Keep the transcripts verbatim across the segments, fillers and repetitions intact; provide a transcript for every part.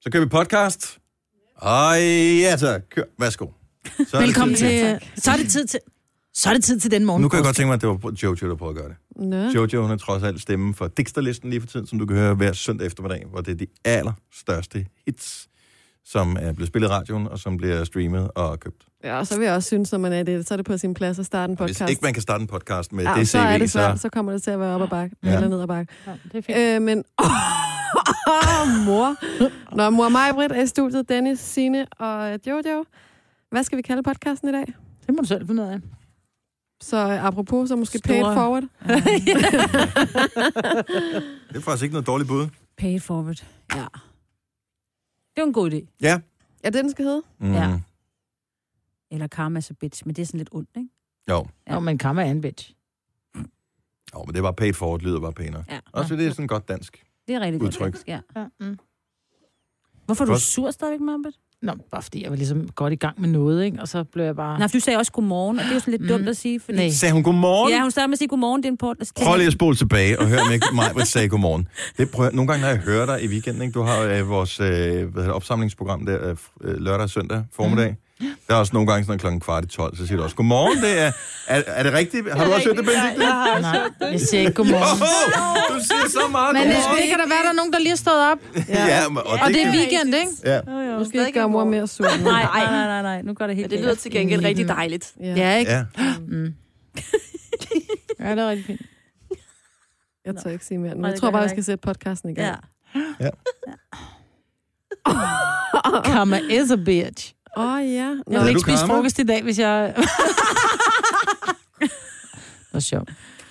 Så kører vi podcast. Ej, ja tak. Kør. Værsgo. Så Velkommen til... Så er det tid til... Så er det tid til den morgen. Nu kan jeg godt tænke mig, at det var Jojo, der prøvede at gøre det. Nå. Jojo, hun er trods alt stemme for Dixterlisten lige for tiden, som du kan høre hver søndag eftermiddag, hvor det er de allerstørste hits, som er blevet spillet i radioen, og som bliver streamet og købt. Ja, og så vil jeg også synes, når man er det, så er det på sin plads at starte en podcast. Hvis ikke man kan starte en podcast med ja, det så C V, er det svært, så... så kommer det til at være op ad bakke, Ja. eller ned ad bakke. Ja, det er fint. Øh, men... Oh, mor. Nå, mor Maj-Brit er i studiet, Dennis, Signe og Jojo. Hvad skal vi kalde podcasten i dag? Det må du selv finde ud af. Så apropos, så måske Store. pay it forward. Det er faktisk ikke noget dårligt bud. Pay it forward. Ja. Det er en god idé. Ja. Ja, det den skal hedde. Mm. Ja. Eller karma's a bitch, men det er sådan lidt ondt, ikke? Jo. Ja. Jo, men karma er en bitch. Jo, men det var paid forward, lyder bare pænere. Ja. Også det er sådan godt dansk. Det er rigtig udtryk. godt. Ja. Ja. Mm. Hvorfor er du Godt. sur stadigvæk, Marbet? Nå, bare fordi jeg var ligesom godt i gang med noget, ikke? Og så blev jeg bare... Nej, for du sagde også godmorgen, og det er jo sådan lidt Mm. dumt at sige, fordi... Nej. Sagde hun godmorgen? Ja, hun startede med at sige godmorgen, det er en podcast. Prøv lige at spole tilbage og hør, om ikke mig sagde godmorgen. Det prøver, nogle gange, når jeg hører dig i weekenden, ikke? Du har øh, vores øh, hvad hedder det, opsamlingsprogram der øh, lørdag og søndag formiddag. Mm. Der er også nogle gange sådan klokken kvart i tolv, så siger du også godmorgen. Det er, er, er det rigtigt? Har du også hørt det, Benedikte? Ja, jeg har Nej, jeg siger ikke godmorgen. Oh, du siger så meget Men godmorgen. det kan da være, der er nogen, der lige har stået op. Ja, ja og, Og det er weekend, ikke? Ja. Nu skal jeg ikke gøre mor mere sur. Nej, nej, nej, nej, nej, nu går det helt Ja, det lyder til gengæld rigtig dejligt. Ja. Ja, ikke? Ja. Mm. Ja, det er rigtig fint. Jeg tør ikke sige mere. Nu. Nej, Jeg det tror gør bare, jeg jeg skal sætte podcasten i gang. Ja. Karma is a bitch. Åh, oh, ja. Nå, Jeg Er vil ikke du spise karma? frokost i dag, hvis jeg... Det var sjovt.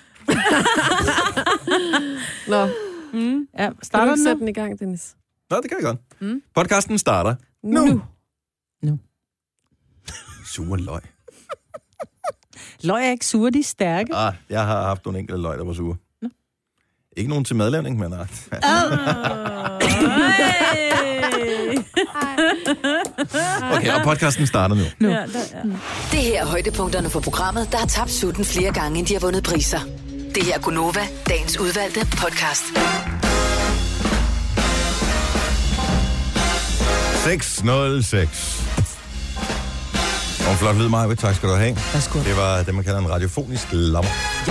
Nå. Mm. Ja, Kan du starter ikke den sætte nu? den i gang, Dennis? Nå, det kan vi godt. Mm. Podcasten starter nu. Nu. Nu. Sure løg. Løg er ikke sure, de er stærke. Ah, jeg har haft nogle enkelte løg, der var sure. Ikke nogen til madlavning, men nej. Okay, og podcasten starter nu. Nu. Ja, der, ja. Det her er højdepunkterne for programmet, der har tabt sutten flere gange, end de har vundet priser. Det her er Gunova, dagens udvalgte podcast. seks nul seks. Og en flot lyd, Maja. Tak skal du have. Værsgo. Det var det, man kalder en radiofonisk lammer.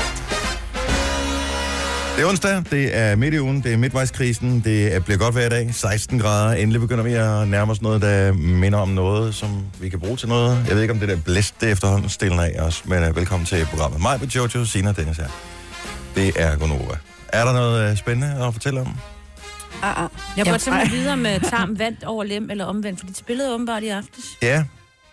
Det er onsdag, det er midt i ugen, det er midtvejskrisen, det bliver godt hver dag, seksten grader. Endelig begynder vi at nærme os noget, der minder om noget, som vi kan bruge til noget. Jeg ved ikke, om det der blæst, det efterhånden stiller af os, men uh, velkommen til programmet. Mig med Jojo, Sina og Dennis her. Det er Gonova. Er der noget uh, spændende at fortælle om? Ah, ah. Jeg går simpelthen videre med tarm vandt over lem eller omvendt, for de spillede åbenbart i aftes. Ja.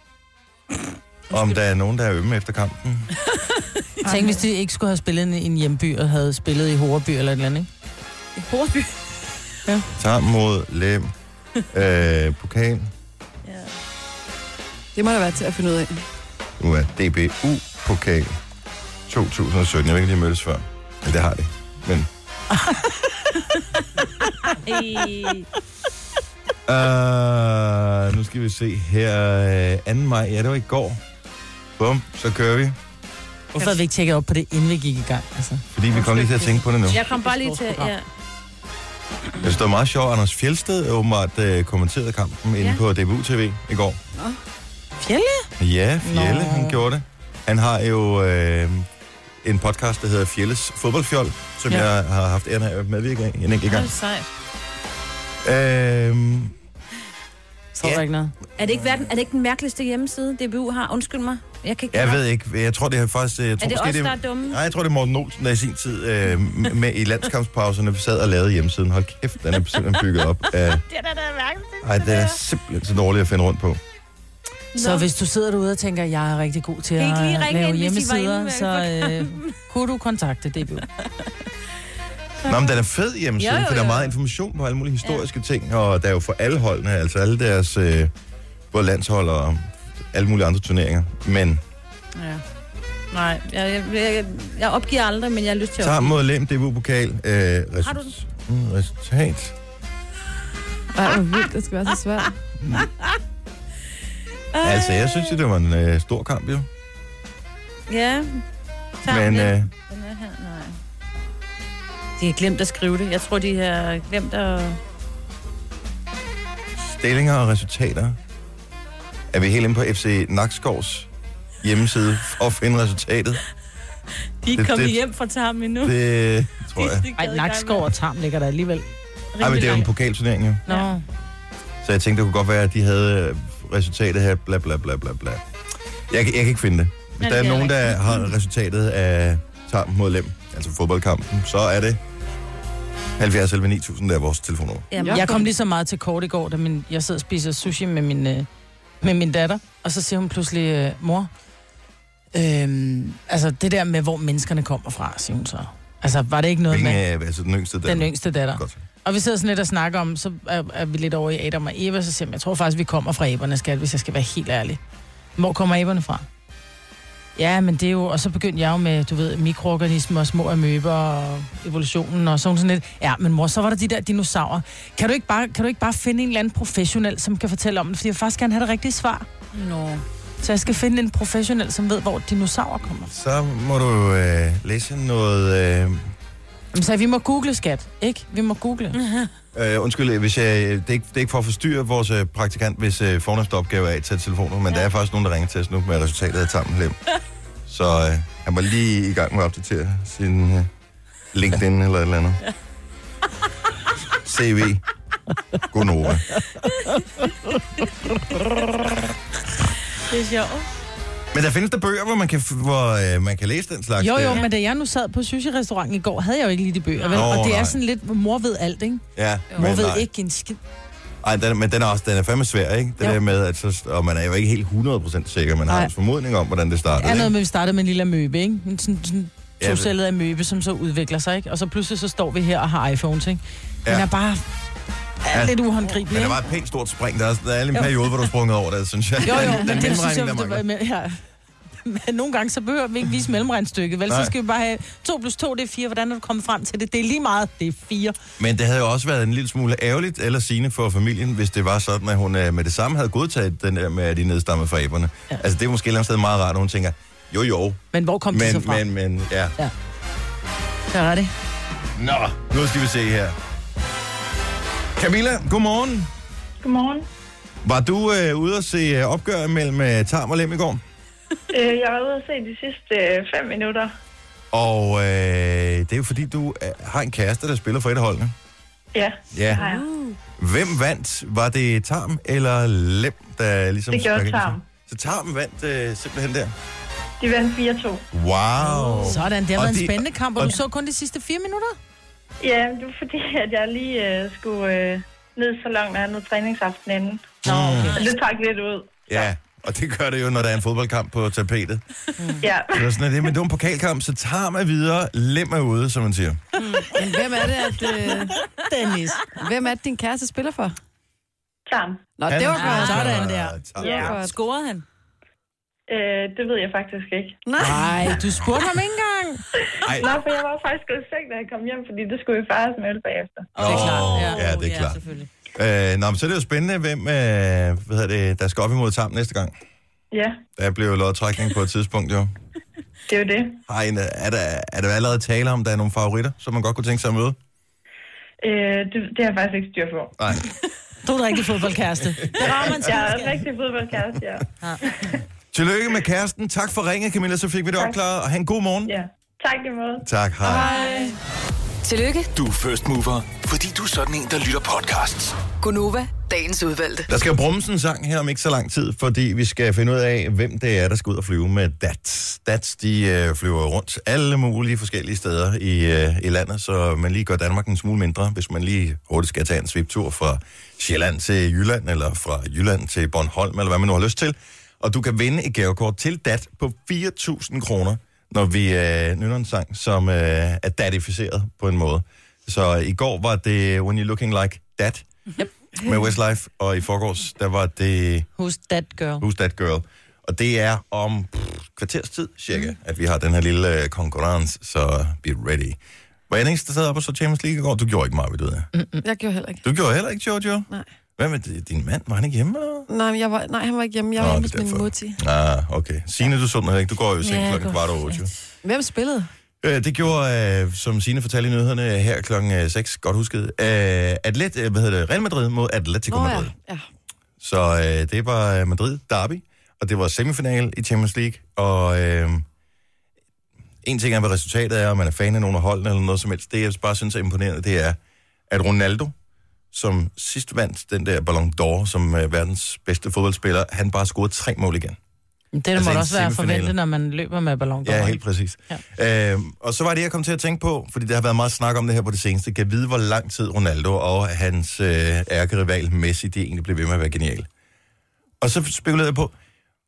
Om der er nogen, der er ømme efter kampen. Tænk, hvis de ikke skulle have spillet i en hjemby, og havde spillet i Horeby eller et eller andet, ikke? I Horby. Tarm mod lem. Øh, pokal. Ja. Det må der være til at finde ud af. Nu er D B U-pokal to tusind og sytten. Jeg ved ikke, om de mødtes før. Men det har de. Men... Uh, nu skal vi se her. Uh, anden maj. Ja, det var i går. Bum, så kører vi. Hvorfor havde vi ikke tjekket op på det, inden vi gik i gang? Altså. Fordi vi kom lige til at tænke på det nu. Jeg kom bare lige til, ja. Det stod meget sjovt. Anders Fjeldsted åbenbart uh, kommenterede kampen inde Ja. på D B U T V i går. Fjelle? Ja, Fjelle, Nå. han gjorde det. Han har jo øh, en podcast, der hedder Fjelles Fodboldfjold, som Ja. jeg har haft æren af at medvirke af en enkelt Det gang. er sejt. Øhm, Så Ja. ja. ikke noget. Er det ikke, verden, er det ikke den mærkeligste hjemmeside, D B U har? Undskyld mig. Jeg kan ikke jeg ved ikke, jeg tror det er faktisk... Jeg tror, Er det måske, os, der er dumme? Nej, jeg tror det er Morten Olsen, der i sin tid øh, med i landskampspauserne sad og lavede hjemmesiden. Hold kæft, den er simpelthen bygget op af... Det er da det mærkeligste. Ej, den er simpelthen så dårlig at finde rundt på. Så hvis du sidder derude og tænker, at jeg er rigtig god til Kan I at ikke lige ringe lave ind, hvis I var inde hjemmesider, med- så øh, kunne du kontakte D B U. Nå, men den er fed hjemmesiden, Jo, jo, for der er jo. meget information på alle mulige historiske ja. ting, og der er jo for alle holdene, altså alle deres øh, både landshold og alle mulige andre turneringer. Men Ja. Nej, jeg, jeg, jeg, jeg opgiver aldrig, men jeg har lyst til at Tarm opgive. mod lem, D B U-pokal. Øh, resu- Har du den? Mm, resultat. Ej, hvor vildt, det skal være så svært. Altså, jeg synes, det var en øh, stor kamp, jo. Ja. Tarm, Men lem. øh, Den er her, nej. De har glemt at skrive det. Jeg tror, de har glemt at... stillinger og resultater. Er vi helt inde på F C Nakskovs hjemmeside for at finde resultatet? De er Det- kommet det- hjem fra Tarm endnu. Det tror jeg. Ej, Nakskov og Tarm ligger der alligevel. Ej, men det er jo en pokalturnering, jo. Nå. Ja. Så jeg tænkte, det kunne godt være, at de havde øh, resultatet her, bla bla bla bla bla. Jeg, kan- jeg kan ikke finde det. Hvis Ja, der er det er nogen, der rigtigt. har resultatet af Tarm mod Lem, altså fodboldkampen, så er det halvfjerds elleve ni tusind, der er vores telefonnummer. Jamen, Jeg kom lige så meget til kort i går, da min, jeg sidder og spiser sushi med min, øh, med min datter, og så siger hun pludselig, øh, mor, øhm, altså det der med, hvor menneskerne kommer fra, siger hun så. Altså, var det ikke noget Hvilken med er altså den yngste der? den yngste datter? Godt. Og vi sidder sådan lidt og snakker om, så er, er vi lidt over i Adam og Eva, så siger jeg, jeg tror faktisk, vi kommer fra æberne, skat, hvis jeg skal være helt ærlig. Hvor kommer æberne fra? Ja, men det er jo... Og så begyndte jeg jo med, du ved, mikroorganismer og små amøber og evolutionen og sådan sådan lidt. Ja, men mor, så var der de der dinosaurer. Kan du ikke bare, kan du ikke bare finde en eller anden professionel, som kan fortælle om det? Fordi jeg vil faktisk gerne have det rigtige svar. Nå. Så jeg skal finde en professionel, som ved, hvor dinosaurer kommer fra. Så må du øh, læse noget... Øh, Jamen, så vi må google, skat, ikke? Vi må google. øh, undskyld, hvis jeg, det, er ikke, det er ikke for at forstyrre vores øh, praktikant, hvis øh, fornemmeste opgave er at tage telefonen, men ja. Der er faktisk nogen, der ringer til os nu med resultatet af Tarm Lem. Så øh, han var lige i gang med at opdatere sin øh, LinkedIn eller et eller andet. C V. Gonova. Det er sjovt. Men der findes der bøger, hvor man kan, hvor, øh, man kan læse den slags. Jo, jo, der. men da jeg nu sad på sushi-restauranten i går, havde jeg jo ikke lige de bøger, vel? Nå, Og det er nej. sådan lidt, mor ved alt, ikke? Ja, Mor men ved nej. ikke en skid. Ej, den, men den er også den er fandme svær, ikke? Det Jo. der med, at så, og man er jo ikke helt hundrede procent sikker, man har Nej. en formodning om, hvordan det startede. Det er noget ikke? med, at vi startede med en lille amøbe, ikke? En sådan, sådan Ja, tocellet amøbe, som så udvikler sig, ikke? Og så pludselig så står vi her og har iPhones, ikke? Den Ja. er bare er Ja. lidt uhåndgribelig, Men der ikke? var et pænt stort spring. Der er, der er en Jo. periode, hvor du har sprunget over det, synes jeg. Jo, jo, den, men den det synes jeg, mellemregning, der det var mangler. med, ja. Men nogle gange, så behøver vi ikke vise mellemregnstykket, vel? Nej. Så skal vi bare have to plus to, det er fire. Hvordan er du kommet frem til det? Det er lige meget, det er fire. Men det havde jo også været en lille smule ærgerligt eller sigende for familien, hvis det var sådan, at hun øh, med det samme havde godtaget den der med, at de nedstammede fra æberne. Ja. Ja. Altså, det er måske et eller andet sted meget rart, at hun tænker, jo jo, Men hvor kom de så men, fra? men, men, ja. Der er det. Nå, nu skal vi se her. Camilla, godmorgen. Godmorgen. Var du øh, ude at se øh, opgør mellem øh, Tarm og Lem i går? Øh, jeg var ude at se de sidste øh, fem minutter. Og øh, det er jo fordi, du øh, har en kæreste, der spiller for et af holdene. Ja, Ja. det har jeg. Hvem vandt? Var det Tarm eller Lem, der ligesom... Det gjorde der- Tarm. Så Tarm vandt øh, simpelthen der? De vandt fire to. Wow. Sådan, det har Og været en de- spændende kamp, og og- du så kun de sidste fire minutter? Ja, det var fordi, at jeg lige øh, skulle øh, ned i salon og have noget træningsaften inden. Nå, okay. Og det trak lidt ud. Ja, og det gør det jo, når der er en fodboldkamp på tapetet. Ja, Det er sådan, at det, men det var en pokalkamp, så Tarm er videre, Lem er ude, som man siger. Men hvem er det, at, øh, Dennis. hvem er det, din kæreste spiller for? Tarm. Nå, det var Han- godt. Sådan der. Tarm. Ja. Godt. Scorede han? Øh, det ved jeg faktisk ikke. Nej, du spurgte ham ikke engang. Ej. Nå, for jeg var faktisk gået i seng, da jeg kom hjem, fordi det skulle jo fares med øl bagefter. Nå, ja, det er klart. selvfølgelig. Øh, nå, men så er det jo spændende, hvem øh, hvad hedder det, der skal op imod Tarm næste gang. Ja, Der bliver jo lodtrækning på et tidspunkt, jo. det er jo det. Har en, er, der, er der allerede tale om, der er nogle favoritter, som man godt kunne tænke sig at møde? Øh, det, det har jeg faktisk ikke styr på. Nej. Du er en rigtig fodboldkæreste. Det rammer man Jeg er en rigtig fodboldkæreste, ja. Tillykke med kæresten. Tak for ringet, Camilla, så fik vi det Tak. opklaret. Og have en god morgen. Ja, tak i måde. Tak, hej. hej. Tillykke, Du er first mover, fordi du er sådan en, der lytter podcasts. Gunova, dagens udvalgte. Der skal brummes en sang her om ikke så lang tid, fordi vi skal finde ud af, hvem det er, der skal ud og flyve med D A T. D A T, de øh, flyver rundt alle mulige forskellige steder i, øh, i landet, så man lige gør Danmark en smule mindre, hvis man lige hurtigt skal tage en sviptur fra Sjælland til Jylland, eller fra Jylland til Bornholm, eller hvad man nu har lyst til. Og du kan vinde et gavekort til D A T på fire tusind kroner, når vi øh, nynner en sang, som øh, er datificeret på en måde. Så i går var det When You're Looking Like That Yep. med Westlife, og i forgårs, der var det Who's that girl? Who's That Girl. Og det er om pff, kvarters tid, cirka, mm. at vi har den her lille øh, konkurrence, så be ready. Var jeg den eneste, der sad op og så Champions League i går? Du gjorde ikke meget, ved du det. Mm. Jeg gjorde heller ikke. Du gjorde heller ikke, Jojo? Nej. Hvad med d- din mand? Var han ikke hjemme, eller? Nej, men jeg var, nej, han var ikke hjemme. Jeg var Nå, hjemme det hos er min derfor. mutti. Ah, okay. Signe, du så den heller ikke. Du går jo i seng Ja, jeg klokken går kvart over otte. jo. Hvem spillede? Øh, det gjorde, øh, som Signe fortalte i nyhederne her klokken seks, godt husket, øh, Atlet, øh, hvad hedder det, Real Madrid mod Atletico Nå, Madrid. ja. Ja. Så øh, det var Madrid derby, og det var semifinal i Champions League, og øh, en ting er, hvad resultatet er, om man er fan af nogle af holdene eller noget som helst. Det, jeg bare synes er imponerende, det er, at Ronaldo, som sidst vandt den der Ballon d'Or som øh, verdens bedste fodboldspiller, han bare scorede tre mål igen. Det altså må en også være semifinale. forventet, når man løber med ballon d'Or. Ja, helt præcis. Ja. Øh, og så var det, jeg kom til at tænke på, fordi der har været meget snak om det her på det seneste, kan vide, hvor lang tid Ronaldo og hans øh, ærkerival Messi, de egentlig blev ved med at være geniale. Og så spekulerede jeg på,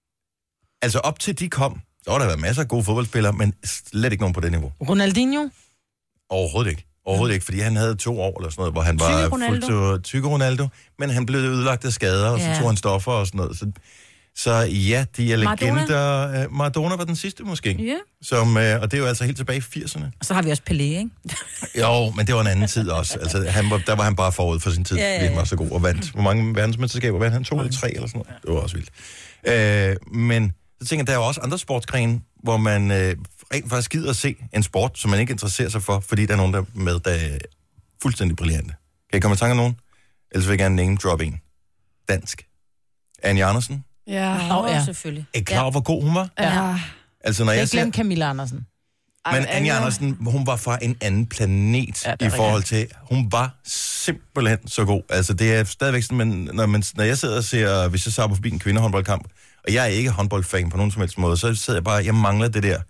altså op til de kom, så var der været masser af gode fodboldspillere, men slet ikke nogen på det niveau. Ronaldinho? Overhovedet ikke. Overhovedet ikke, fordi han havde to år eller sådan noget, hvor han Tykke var Ronaldo. fuldt tykke Ronaldo, men han blev ødelagt af skader, og så Ja. tog han stoffer og sådan noget. Så, så ja, de er Maradona? legender. Uh, Maradona var den sidste måske. Ja. Som, uh, og det er jo altså helt tilbage i firserne. Og så har vi også Pelé, ikke? Jo, men det var en anden tid også. Altså, han var, der var han bare forud for sin tid, Ja, ja, fordi han ja. var så god og vandt. Hvor mange verdensmesterskaber vandt han? To eller tre eller sådan noget? Det var også vildt. Uh, men så tænker jeg, der er jo også andre sportsgrene, hvor man uh, rent faktisk gider at se en sport, som man ikke interesserer sig for, fordi der er nogen der med, der er fuldstændig brillante. Kan I komme i tanke om nogen? Ellers vil jeg gerne name drop en. Dansk. Anja Andersen. Ja. Åh, ja. ja. selvfølgelig. Er I klar over, hvor god hun var? Ja. Altså, når Jeg jeg har ser... glemt Camilla Andersen. Men Anja Andersen, hun var fra en anden planet Ja, ja, det er i forhold til, hun var simpelthen så god. Altså det er stadigvæk sådan, men når, man, når jeg sidder og ser, hvis jeg ser forbi en kvindehåndboldkamp, og jeg er ikke håndboldfan på nogen som helst måde, så sidder jeg bare, jeg mangler det der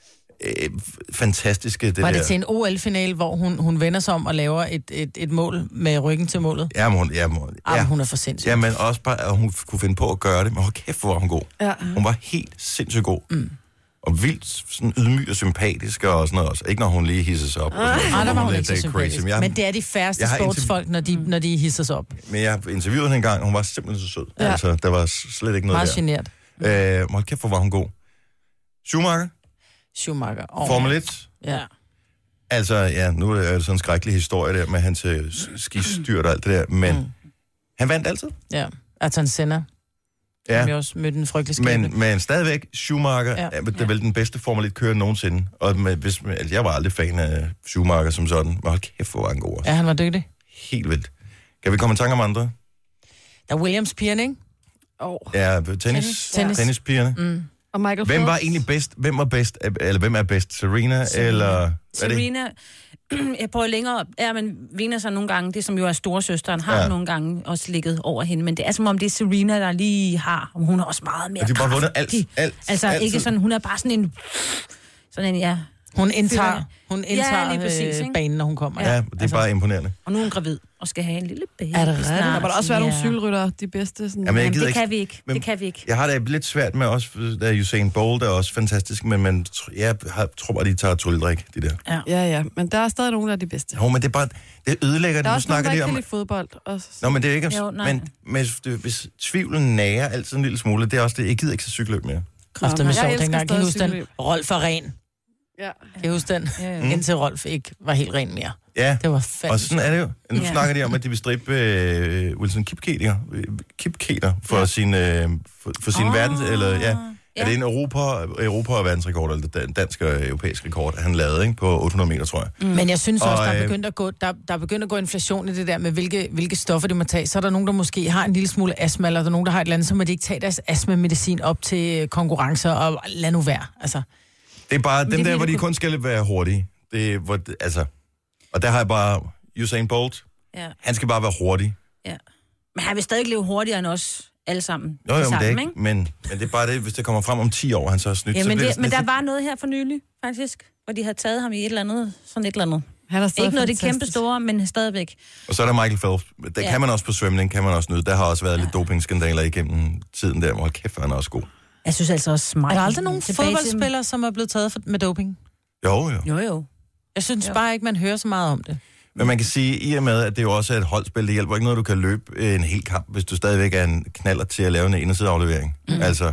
øh, fantastiske, det Var der... det til en O L-finale, hvor hun, hun vender sig om og laver et, et, et mål med ryggen til målet? Ja, men hun, ja, men, Ja. ja. Hun er for sindssyg. Ja, men også bare, at hun kunne finde på at gøre det. Men hold kæft, hvor var hun god. Ja. Hun var helt sindssygt god. Mm. Og vildt sådan ydmyg og sympatisk og sådan noget også. Ikke når hun lige hisser sig op. Og sådan noget. Nej, der var hun lidt, ikke så øh, sympatisk. Men jeg, Men det er de færreste jeg har sportsfolk, når de, når de hisser sig op. men jeg interviewede hende en gang, og hun var simpelthen så sød. Ja. Altså, der var slet ikke noget Meget genert. der. Øh, hold kæft, hvor var hun god. Schumacher, Schumacher. Oh. Formel et. Ja. Altså, ja, nu er det sådan en skrækkelig historie der med hans øh, skistyrt og alt det der, men mm. han vandt altid. Ja. Ayrton Senna. Ja. Som jeg også mødte en frygtelig skæbne. Men, men stadigvæk, Schumacher Ja. ja. er, det er vel den bedste Formel et-kører nogensinde. Og med, hvis, altså, jeg var aldrig fan af Schumacher som sådan, men hold kæft, hvor var han god også. Ja, han var dygtig. Helt vildt. Kan vi komme i tanke om andre? Der er Williams-pigerne, ikke? Oh. Ja, tennis, Tennis. tennis. Tennispigerne. Mm. Og Michael Hvem var Phelps. egentlig bedst? Hvem var bedst? Eller hvem er bedst? Serena, Serena. eller... hvad er det? Serena, jeg prøver længere op. Ja, men vinder sig nogle gange, det som jo er storesøsteren, har Ja. ja. nogle gange også ligget over hende. Men det er som om, det er Serena, der lige har. Og hun er også meget mere Og de har bare vundet alt, kraftig. alt, Altså altid. ikke sådan, hun er bare sådan en... Sådan en, ja. Hun indtager, Føler hun Ja, indtager lige præcis, øh, ikke? banen, når hun kommer. Ja, det er bare imponerende. Og nu er hun gravid og skal have en lille baby. Er det rigtigt? snart. Der må der også være Ja. nogle cykelryttere, de bedste. Sådan. Jamen, jeg Jamen, gider det ikke... kan vi ikke. Men- Det kan vi ikke. Jeg har det lidt svært med også, da Usain Bolt er også fantastisk, men man, jeg har, tror bare, de tager trylledrik, de der. Ja, ja, men der er stadig nogle af de bedste. Jo, men det er bare, det ødelægger Der er det. Nu også nogle, snakker der de ikke om... kan lide fodbold. Også. Nå, men det er ikke... Jo, nej. men, men hvis, hvis tvivlen nager altid en lille smule, det er også det, jeg gider ikke så cykelløb mere. Kræfter med Jeg sjov elsker dengang. Kan I stadig huske den? cykelløb. Rolf var ren. Ja. Kan I huske den? Ja, ja. Mm. Indtil Rolf ikke var helt ren mere. Ja, Det var fandme og sådan er det jo. Nu Ja. snakker de om, at de vil strippe øh, Wilson Kipketer, øh, Kipketer for Ja. sin, øh, for, for sin Åh, verdens... Eller, ja, ja. er det en Europa, Europa- og verdensrekord, eller dan- dansk og europæisk rekord, han lavede, ikke? På otte hundrede meter, tror jeg. Mm. Men jeg synes også, Og, der er, øh, begyndt at gå, der, der er begyndt at gå inflation i det der med, hvilke, hvilke stoffer de må tage. Så er der nogen, der måske har en lille smule astma, eller der er nogen, der har et eller andet, så må de ikke tage deres astma-medicin op til konkurrencer, og lad nu være. Altså, Det er bare det dem er der, fordi, hvor de det kun skal være hurtige. Det er, hvor, det- altså... Og der har jeg bare... Usain Bolt, Ja, han skal bare være hurtig. ja. Men han vil stadig leve hurtigere end os alle sammen. Jo, jo, men, sammen, det er ikke, men, men det er bare det, hvis det kommer frem om ti år, han så har snydt. Ja, så men, bliver det, sådan men lidt- der var noget her for nylig, faktisk, hvor de havde taget ham i et eller andet, sådan et eller andet. Han er stadig Ikke noget af det fantastisk. kæmpe store, men stadigvæk. Og så er der Michael Phelps. Der Ja. kan man også på svømning, kan man også nyde. Der har også været lidt dopingskandaler igennem tiden der. Hold kæft, han er også god. Jeg synes altså også smart. er der aldrig nogen Tilbage til- fodboldspillere, som er blevet taget for, med doping? Jo, jo. Jo, jo. Jeg synes Jo. bare ikke, man hører så meget om det. Men man kan sige, i og med, at det jo også er et holdspil, det hjælper ikke noget, du kan løbe en hel kamp, hvis du stadigvæk er en knaller til at lave en indersideaflevering. Mm. Altså,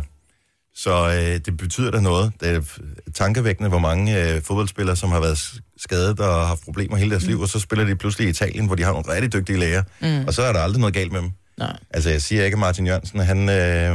så øh, det betyder da noget. Det er tankevækkende, hvor mange øh, fodboldspillere, som har været skadet og har haft problemer hele deres mm. liv, og så spiller de pludselig i Italien, hvor de har nogle rigtig dygtige læger, mm. og så er der aldrig noget galt med dem. Nej. Altså, jeg siger ikke, at Martin Jørgensen, han, øh,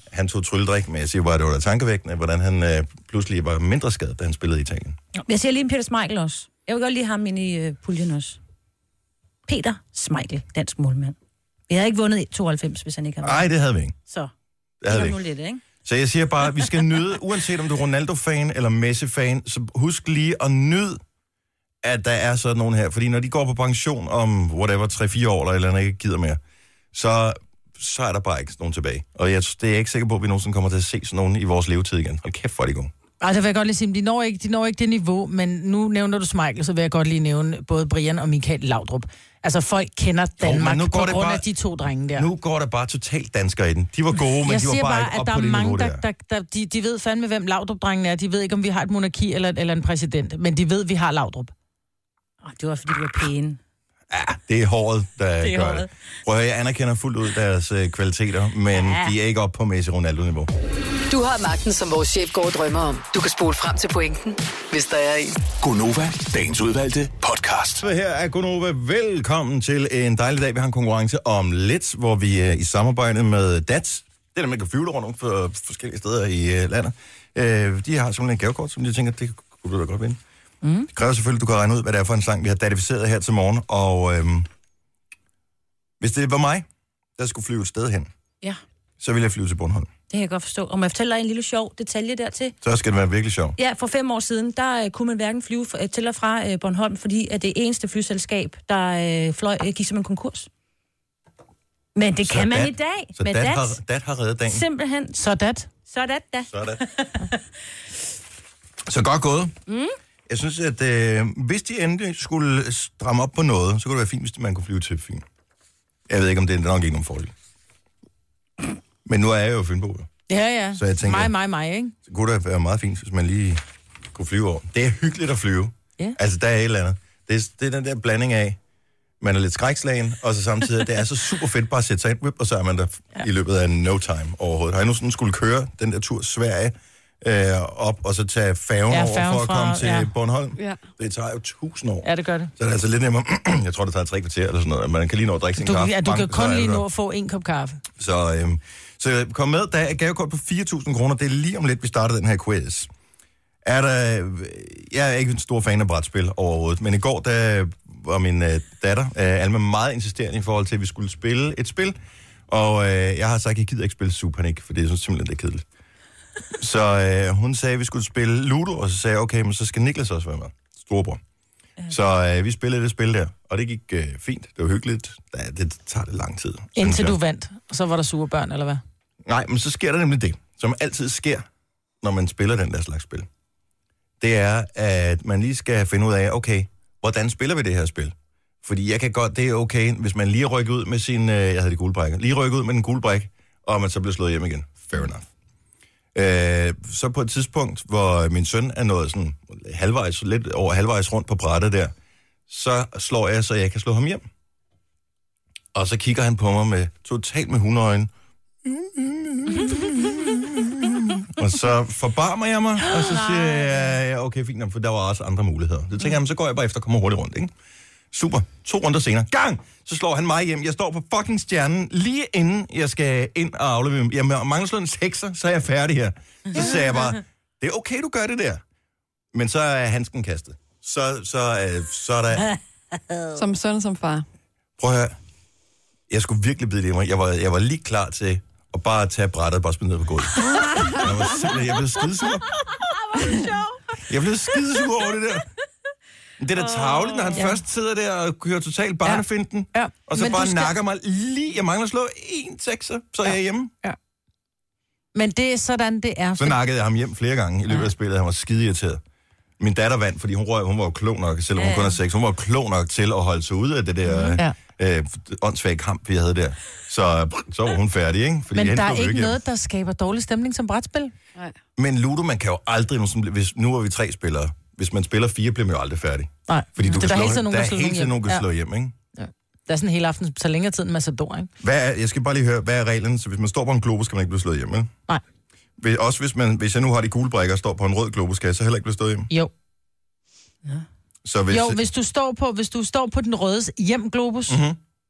han tog trylledrik, men jeg siger bare, at det var da tankevækkende, hvordan han øh, pludselig var mindre skadet, da han spillede i Italien. Jeg ser lige en Peter Schmeichel også. Jeg vil godt lige have ham ind i øh, puljen også. Peter Schmeichel, dansk målmand. Vi havde ikke vundet tooghalvfems, hvis han ikke havde vundet. Nej, det havde vi ikke. Så, det havde vi nu ikke. lidt, ikke? Så jeg siger bare, at vi skal nyde, uanset om du er Ronaldo-fan eller Messi-fan, så husk lige at nyde, at der er sådan nogen her. Fordi når de går på pension om, whatever, tre fire år, eller, eller andet ikke gider mere, så, så er der bare ikke nogen tilbage. Og jeg, det er jeg ikke sikker på, at vi nogensinde kommer til at se sådan nogen i vores levetid igen. Hold kæft, hvor er de gode. Ej, det vil jeg godt lige sige, de når, ikke, de når ikke det niveau, men nu nævner du Schmeichel, så vil jeg godt lige nævne både Brian og Michael Laudrup. Altså, folk kender Danmark jo, på grund bare, af de to drenge der. Nu går der bare totalt danskere i den. De var gode, men jeg de var bare, bare ikke op at på det mange, niveau der. der, der, der de, de ved fandme, hvem Laudrup-drengene er. De ved ikke, om vi har et monarki eller, eller en præsident, men de ved, vi har Laudrup. Oh, det var, fordi du var pæne. Ja, det er håret, der det er gør håret. det. Prøv at høre, jeg anerkender fuldt ud deres øh, kvaliteter, men ja. de er ikke op på Messi Ronaldo-niveau. Du har magten, som vores chef går og drømmer om. Du kan spole frem til pointen, hvis der er en. Gonova, dagens udvalgte podcast. Så her er Gonova. Velkommen til en dejlig dag. Vi har en konkurrence om lidt, hvor vi er i samarbejde med D A T. Det er der, man kan flyve rundt for forskellige steder i uh, landet. Uh, de har simpelthen en gavekort, som de tænker, det kunne du da godt vinde. Mm. Det kræver selvfølgelig, at du kan regne ud, hvad det er for en sang, vi har datificeret her til morgen. Og øhm, hvis det var mig, der skulle flyve et sted hen, ja. så ville jeg flyve til Bornholm. Det kan jeg godt forstå. Og må jeg fortælle dig en lille sjov detalje dertil? Så skal det være virkelig sjov. Ja, for fem år siden, der uh, kunne man hverken flyve for, uh, til og fra uh, Bornholm, fordi at det eneste flyselskab, der uh, fløj, uh, gik som en konkurs. Men det så kan man dat, i dag. Så med dat, dat har, dat har reddet dagen. Simpelthen. Så dat. Så dat, da. Så dat. Så godt gået. Mm. Jeg synes, at øh, hvis de endelig skulle stramme op på noget, så kunne det være fint, hvis man kunne flyve til Fyn. Jeg ved ikke, om det er nok ikke nogen fordel. Men nu er jeg jo Fynbo. Ja, ja. Så jeg tænker, mig, mig, mig, ikke? Så kunne det være meget fint, hvis man lige kunne flyve over. Det er hyggeligt at flyve. Yeah. Altså, der er et eller andet. Det er, det er den der blanding af, man er lidt skrækslagen, og så samtidig, det er så super fedt bare at sætte sig ind, og så er man der ja. i løbet af no time overhovedet. Har I nu sådan skulle køre den der tur Sverige øh, op, og så tage færgen ja, over for at fra, komme til ja. Bornholm? Ja. Det tager jo tusind år. Ja, det gør det. Så det er altså lidt nemmere. Jeg tror, det tager tre kvarter eller sådan noget. Man kan lige nå at drikke sin du, kaffe. Ja, du kan Bank, kun lige nå at få en kop kaffe. Så, øh, så kom med, der er gavekort på fire tusind kroner. Det er lige om lidt, vi starter den her quiz. Er der, jeg er ikke en stor fan af brætspil overhovedet, men i går, der var min øh, datter, øh, Alma, meget insisterende i forhold til, at vi skulle spille et spil, og øh, jeg har sagt, at jeg gider ikke spille Supernik, for det er simpelthen det er kedeligt. Så øh, hun sagde, at vi skulle spille Ludo, og så sagde jeg, okay, men så skal Niklas også være med, storebror. Ja. Så øh, vi spillede det spil der, og det gik øh, fint, det var hyggeligt, det, det tager det lang tid. Indtil du vandt, og så var der sure børn, eller hvad? Nej, men så sker der nemlig det, som altid sker, når man spiller den der slags spil. Det er, at man lige skal finde ud af, okay, hvordan spiller vi det her spil? Fordi jeg kan godt, det er okay, hvis man lige rykker ud med sin, øh, jeg hedder det gulbrækker, lige rykker ud med den gulbræk, og man så bliver slået hjem igen. Fair enough. Øh, så på et tidspunkt, hvor min søn er nået sådan halvvejs, lidt over halvvejs rundt på brættet der, så slår jeg, så jeg kan slå ham hjem. Og så kigger han på mig med totalt med hundeøjne. Og så forbarmer jeg mig, og så siger jeg, ja, okay, fint, for der var også andre muligheder. Så tænker jeg, så går jeg bare efter at komme hurtigt rundt, ikke? Super. To runder senere. Gang! Så slår han mig hjem. Jeg står på fucking stjernen, lige inden jeg skal ind og aflevere. Jeg mangler slået en sekser, så er jeg færdig her. Så sagde jeg bare, det er okay, du gør det der. Men så er handsken kastet. Så, så, øh, så er der... Som søn, som far. Prøv at høre. Jeg skulle virkelig bide det i mig. Jeg var, jeg var lige klar til at bare tage brættet og bare smide ned på gulvet. Jeg var simpelthen, jeg blev skidesur. Jeg blev skidesur over det der. Det er da tarveligt, når han ja. først sidder der og kører totalt barnefinden, ja. Ja. og så men bare skal... nakker mig lige. Jeg mangler at slå en sekser, så ja. er jeg hjemme. Ja. Men det er sådan, det er. Så nakkede jeg ham hjem flere gange i løbet af spillet. Han var skide irriteret. Min datter vandt, fordi hun, røg, hun var jo klog nok, selvom ja. hun kun er seks. Hun var klog nok til at holde sig ude af det der ja. øh, åndssvage kamp, vi havde der. Så, så var hun færdig, ikke? Fordi men der er ikke noget, der skaber dårlig stemning som brætspil. Nej. Men Ludo, man kan jo aldrig... Hvis, nu er vi tre spillere. Hvis man spiller fire, bliver man jo aldrig færdig. Nej, fordi du det kan der slå, nogen, der er hele tiden nogen, der kan slå hjem, ikke? Ja. Der er sådan en hel aften, som tager længere tid end Matador, ikke? Hvad er, jeg skal bare lige høre, hvad er reglen? Så hvis man står på en globus, kan man ikke blive slået hjem, ikke? Nej. Også hvis, man, hvis jeg nu har de gule brækker og står på en rød globus, kan jeg så heller ikke blive slået hjem? Jo. Ja. Så hvis, jo, hvis du står på, hvis du står på den røde hjem globus, mm-hmm.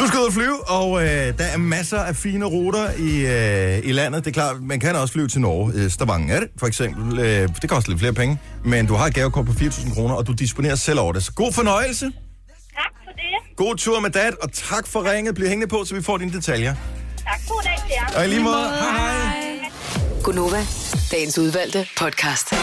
Du skal ud og flyve, og øh, der er masser af fine ruter i, øh, i landet. Det er klart, man kan også flyve til Norge. Øh, Stavanger er det, for eksempel. Øh, det koster lidt flere penge, men du har et gavekort på fire tusind kroner, og du disponerer selv over det. Så god fornøjelse. Tak for det. God tur med dad, og tak for ringet. Bliv hængende på, så vi får dine detaljer. Tak, god dag til jer. Og i lige måde, hej hej. Gunova, dagens udvalgte podcast.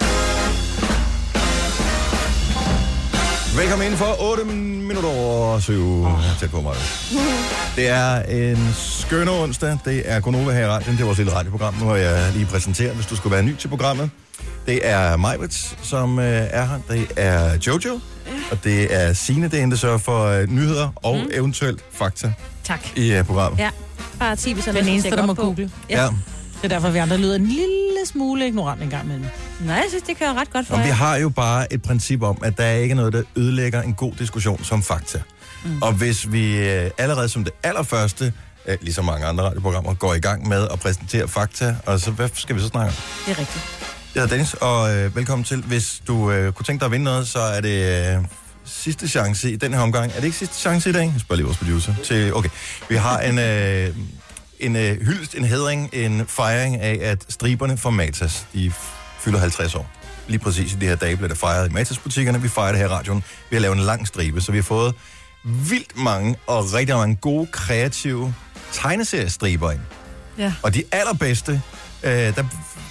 Velkommen ind for otte minutter over syv. Tæt på mig. Det er en skønne onsdag. Det er Gunova her i radioen. Det er vores lille radioprogram, hvor jeg lige præsenterer, hvis du skulle være ny til programmet. Det er Majbrit, som øh, er her. Det er Jojo. Og det er Signe, det er hende, der sørger for øh, nyheder og mm. eventuelt fakta Tak. i øh, programmet. Ja, bare ti, hvis jeg Den eneste, der må google. Ja. ja. Det er derfor, vi andre lyder en lille smule ignorant en gang imellem. Nej, jeg synes, det kører ret godt for Og jer. vi har jo bare et princip om, at der er ikke noget, der ødelægger en god diskussion som fakta. Mm. Og hvis vi øh, allerede som det allerførste, øh, ligesom mange andre radioprogrammer, går i gang med at præsentere fakta, og så hvad skal vi så snakke om? Det er rigtigt. Jeg hedder Dennis, og øh, velkommen til. Hvis du øh, kunne tænke dig at vinde noget, så er det øh, sidste chance i den her omgang. Er det ikke sidste chance i dag? Jeg spørger lige vores producer. Til, okay, vi har en... Øh, en øh, hyldest, en hædring, en fejring af, at striberne fra Matas, de fylder halvtreds år. Lige præcis i de her dage bliver det fejret i Matas-butikkerne. Vi fejrer det her i radioen. Vi har lavet en lang stribe, så vi har fået vildt mange og rigtig mange gode, kreative tegneseriestriber ind. Ja. Og de allerbedste, øh, der